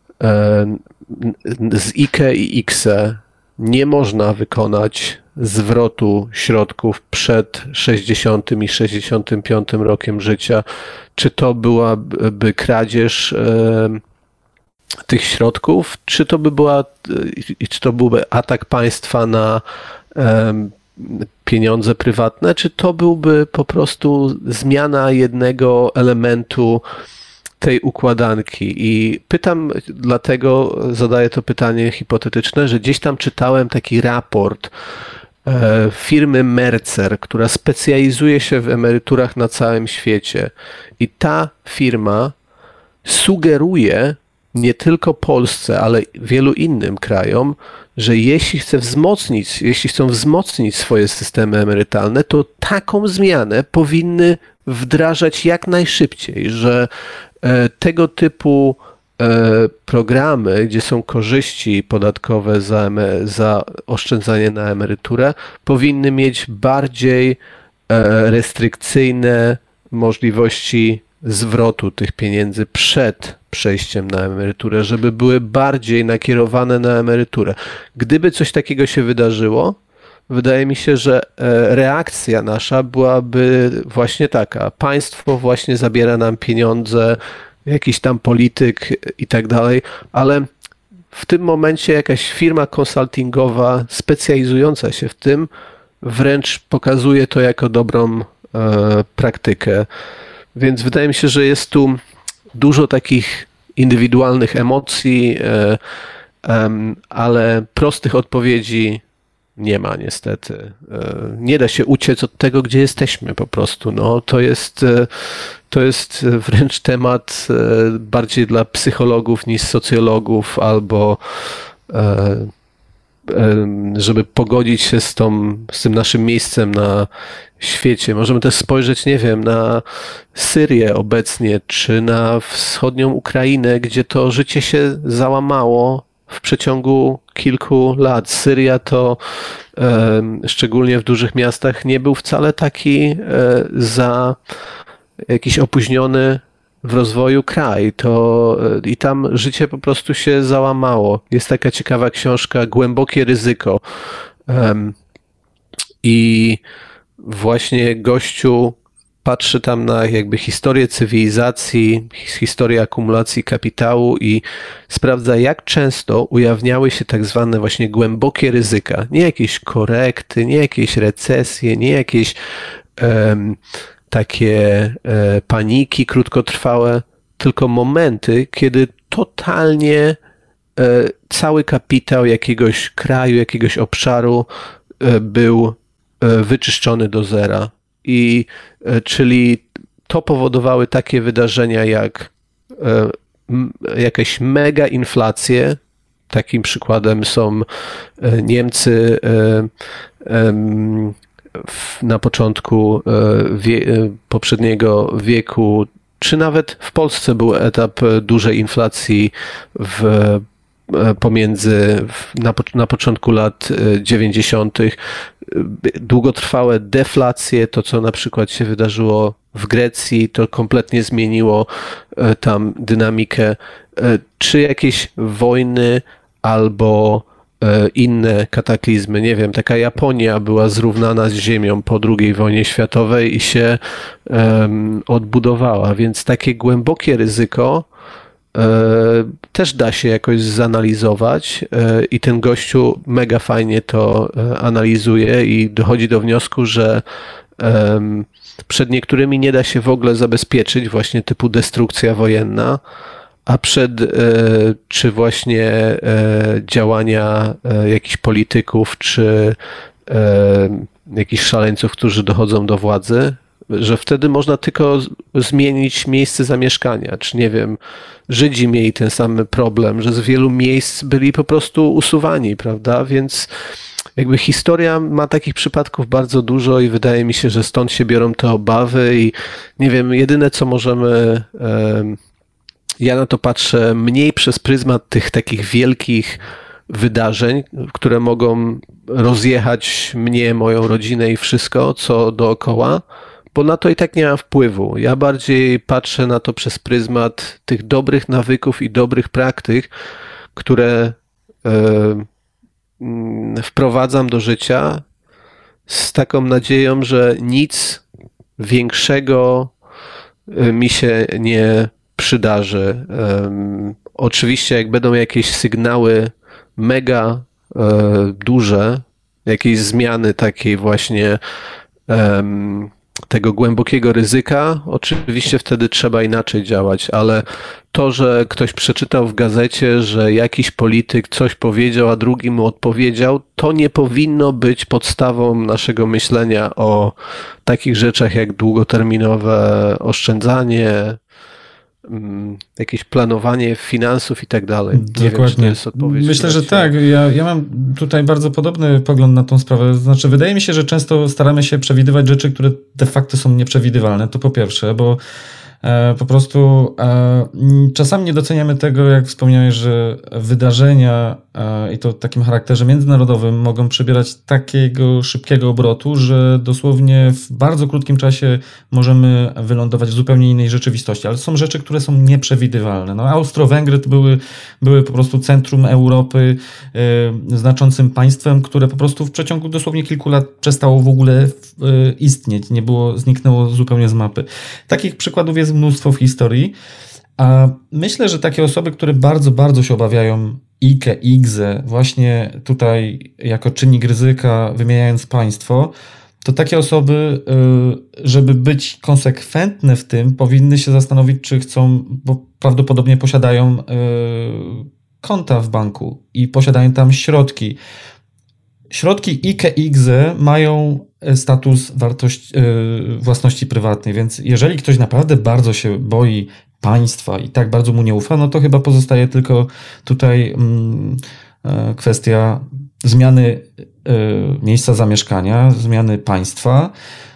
z IKE i IKSE nie można wykonać zwrotu środków przed 60 i 65 rokiem życia, czy to byłaby kradzież tych środków, czy to byłby atak państwa na pieniądze prywatne, czy to byłby po prostu zmiana jednego elementu tej układanki. I dlatego zadaję to pytanie hipotetyczne, że gdzieś tam czytałem taki raport firmy Mercer, która specjalizuje się w emeryturach na całym świecie. I ta firma sugeruje nie tylko Polsce, ale wielu innym krajom, że jeśli chcą wzmocnić swoje systemy emerytalne, to taką zmianę powinny wdrażać jak najszybciej, że tego typu programy, gdzie są korzyści podatkowe za oszczędzanie na emeryturę, powinny mieć bardziej restrykcyjne możliwości zwrotu tych pieniędzy przed przejściem na emeryturę, żeby były bardziej nakierowane na emeryturę. Gdyby coś takiego się wydarzyło, wydaje mi się, że reakcja nasza byłaby właśnie taka. Państwo właśnie zabiera nam pieniądze, jakiś tam polityk i tak dalej, ale w tym momencie jakaś firma konsultingowa specjalizująca się w tym wręcz pokazuje to jako dobrą praktykę. Więc wydaje mi się, że jest tu dużo takich indywidualnych emocji, ale prostych odpowiedzi nie ma niestety. Nie da się uciec od tego, gdzie jesteśmy po prostu. No, to jest wręcz temat bardziej dla psychologów niż socjologów, albo żeby pogodzić się z tym naszym miejscem na świecie. Możemy też spojrzeć, nie wiem, na Syrię obecnie, czy na wschodnią Ukrainę, gdzie to życie się załamało w przeciągu kilku lat. Syria to, szczególnie w dużych miastach, nie był wcale taki za jakiś opóźniony w rozwoju kraj. I tam życie po prostu się załamało. Jest taka ciekawa książka Głębokie ryzyko. I właśnie gościu patrzy tam na jakby historię cywilizacji, historię akumulacji kapitału i sprawdza, jak często ujawniały się tak zwane właśnie głębokie ryzyka. Nie jakieś korekty, nie jakieś recesje, nie jakieś takie paniki krótkotrwałe, tylko momenty, kiedy totalnie cały kapitał jakiegoś kraju, jakiegoś obszaru był wyczyszczony do zera. Czyli to powodowały takie wydarzenia jak jakieś mega inflacje. Takim przykładem są Niemcy na początku poprzedniego wieku czy nawet w Polsce był etap dużej inflacji na początku lat 90. Długotrwałe deflacje, to co na przykład się wydarzyło w Grecji, to kompletnie zmieniło tam dynamikę, czy jakieś wojny albo inne kataklizmy. Nie wiem, taka Japonia była zrównana z ziemią po II wojnie światowej i się odbudowała, więc takie głębokie ryzyko też da się jakoś zanalizować i ten gościu mega fajnie to analizuje i dochodzi do wniosku, że przed niektórymi nie da się w ogóle zabezpieczyć, właśnie typu destrukcja wojenna, a czy właśnie działania jakichś polityków, czy jakichś szaleńców, którzy dochodzą do władzy, że wtedy można tylko zmienić miejsce zamieszkania, czy nie wiem, Żydzi mieli ten sam problem, że z wielu miejsc byli po prostu usuwani, prawda, więc jakby historia ma takich przypadków bardzo dużo i wydaje mi się, że stąd się biorą te obawy i nie wiem, jedyne co możemy, ja na to patrzę mniej przez pryzmat tych takich wielkich wydarzeń, które mogą rozjechać mnie, moją rodzinę i wszystko, co dookoła, bo na to i tak nie mam wpływu. Ja bardziej patrzę na to przez pryzmat tych dobrych nawyków i dobrych praktyk, które wprowadzam do życia z taką nadzieją, że nic większego mi się nie przydarzy. Oczywiście jak będą jakieś sygnały mega duże, jakieś zmiany takiej właśnie tego głębokiego ryzyka, oczywiście wtedy trzeba inaczej działać, ale to, że ktoś przeczytał w gazecie, że jakiś polityk coś powiedział, a drugi mu odpowiedział, to nie powinno być podstawą naszego myślenia o takich rzeczach jak długoterminowe oszczędzanie, jakieś planowanie finansów i tak dalej. Dokładnie. Nie wiem, czy to jest odpowiedź. Myślę, że tak. Ja mam tutaj bardzo podobny pogląd na tą sprawę. Znaczy, wydaje mi się, że często staramy się przewidywać rzeczy, które de facto są nieprzewidywalne. To po pierwsze, bo po prostu czasami nie doceniamy tego, jak wspomniałeś, że wydarzenia i to w takim charakterze międzynarodowym mogą przybierać takiego szybkiego obrotu, że dosłownie w bardzo krótkim czasie możemy wylądować w zupełnie innej rzeczywistości, ale są rzeczy, które są nieprzewidywalne. No, Austro-Węgry to były po prostu centrum Europy, znaczącym państwem, które po prostu w przeciągu dosłownie kilku lat przestało w ogóle istnieć, zniknęło zupełnie z mapy. Takich przykładów jest mnóstwo w historii, a myślę, że takie osoby, które bardzo, bardzo się obawiają IKE, IGZE, właśnie tutaj jako czynnik ryzyka wymieniając państwo, to takie osoby, żeby być konsekwentne w tym, powinny się zastanowić, czy chcą, bo prawdopodobnie posiadają konta w banku i posiadają tam środki. Środki IKE, IGZE mają status własności prywatnej, więc jeżeli ktoś naprawdę bardzo się boi państwa i tak bardzo mu nie ufa, no to chyba pozostaje tylko tutaj kwestia zmiany miejsca zamieszkania, zmiany państwa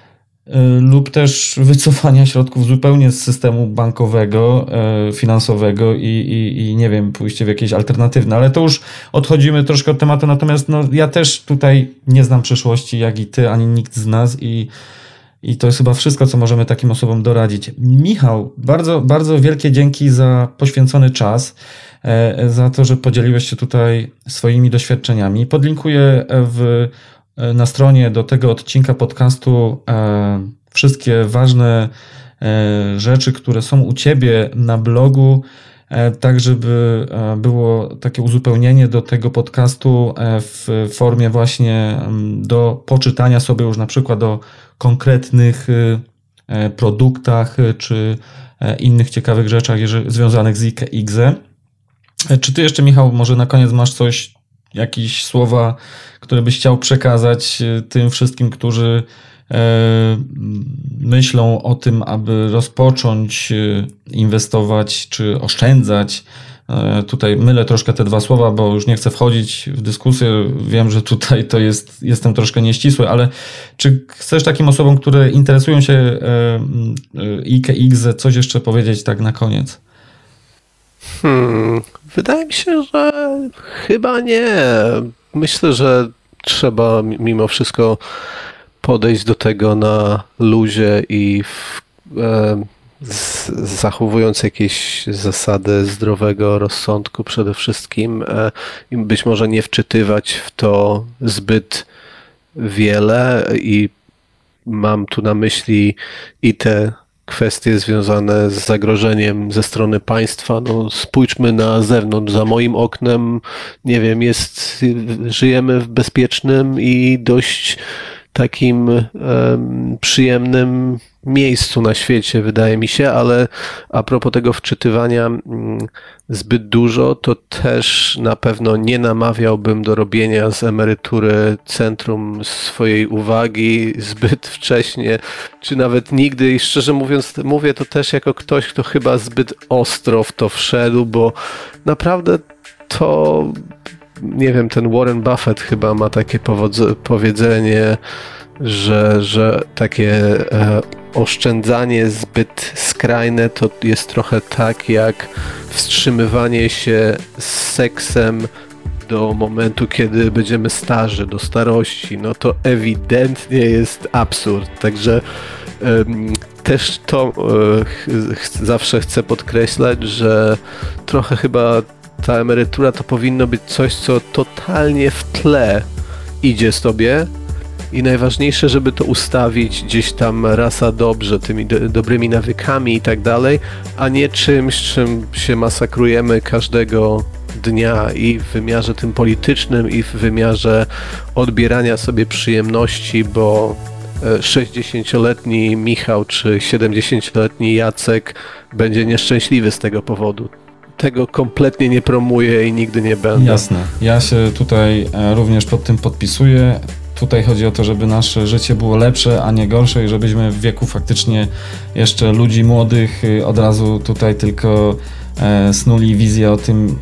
lub też wycofania środków zupełnie z systemu bankowego, finansowego i nie wiem, pójście w jakieś alternatywne, ale to już odchodzimy troszkę od tematu, natomiast no, ja też tutaj nie znam przyszłości, jak i ty, ani nikt z nas i to jest chyba wszystko, co możemy takim osobom doradzić. Michał, bardzo, bardzo wielkie dzięki za poświęcony czas, za to, że podzieliłeś się tutaj swoimi doświadczeniami. Podlinkuję na stronie do tego odcinka podcastu wszystkie ważne rzeczy, które są u ciebie na blogu, tak żeby było takie uzupełnienie do tego podcastu w formie właśnie do poczytania sobie już na przykład o konkretnych produktach czy innych ciekawych rzeczach związanych z IKE, IGZE. Czy ty jeszcze, Michał, może na koniec masz jakieś słowa, które byś chciał przekazać tym wszystkim, którzy myślą o tym, aby rozpocząć inwestować czy oszczędzać Tutaj mylę troszkę te dwa słowa, bo już nie chcę wchodzić w dyskusję. Wiem, że tutaj to jestem troszkę nieścisły, ale czy chcesz takim osobom, które interesują się IKE, IGZE, coś jeszcze powiedzieć tak na koniec? Wydaje mi się, że chyba nie. Myślę, że trzeba mimo wszystko podejść do tego na luzie i zachowując jakieś zasady zdrowego rozsądku przede wszystkim i być może nie wczytywać w to zbyt wiele i mam tu na myśli i te kwestie związane z zagrożeniem ze strony państwa. No, spójrzmy na zewnątrz. Za moim oknem, nie wiem, żyjemy w bezpiecznym i dość takim przyjemnym miejscu na świecie, wydaje mi się, ale a propos tego wczytywania zbyt dużo, to też na pewno nie namawiałbym do robienia z emerytury centrum swojej uwagi zbyt wcześnie, czy nawet nigdy i szczerze mówiąc, mówię to też jako ktoś, kto chyba zbyt ostro w to wszedł, bo naprawdę to nie wiem, ten Warren Buffett chyba ma takie powiedzenie, że takie oszczędzanie zbyt skrajne to jest trochę tak jak wstrzymywanie się z seksem do momentu, kiedy będziemy starzy, do starości. No to ewidentnie jest absurd. Także też to zawsze chcę podkreślać, że trochę chyba ta emerytura to powinno być coś, co totalnie w tle idzie sobie i najważniejsze, żeby to ustawić gdzieś tam raz a dobrze, tymi dobrymi nawykami i tak dalej, a nie czymś, czym się masakrujemy każdego dnia i w wymiarze tym politycznym i w wymiarze odbierania sobie przyjemności, bo 60-letni Michał czy 70-letni Jacek będzie nieszczęśliwy z tego powodu. Tego kompletnie nie promuję i nigdy nie będę. Jasne. Ja się tutaj również pod tym podpisuję. Tutaj chodzi o to, żeby nasze życie było lepsze, a nie gorsze i żebyśmy w wieku faktycznie jeszcze ludzi młodych od razu tutaj tylko snuli wizję o tym,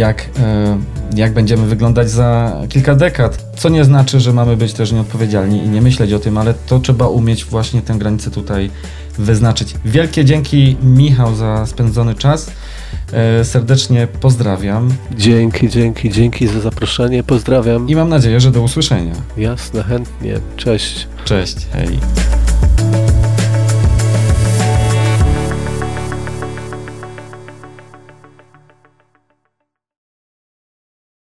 jak będziemy wyglądać za kilka dekad. Co nie znaczy, że mamy być też nieodpowiedzialni i nie myśleć o tym, ale to trzeba umieć właśnie tę granicę tutaj wyznaczyć. Wielkie dzięki, Michał, za spędzony czas. Serdecznie pozdrawiam. Dzięki za zaproszenie. Pozdrawiam. I mam nadzieję, że do usłyszenia. Jasne, chętnie. Cześć. Cześć, hej.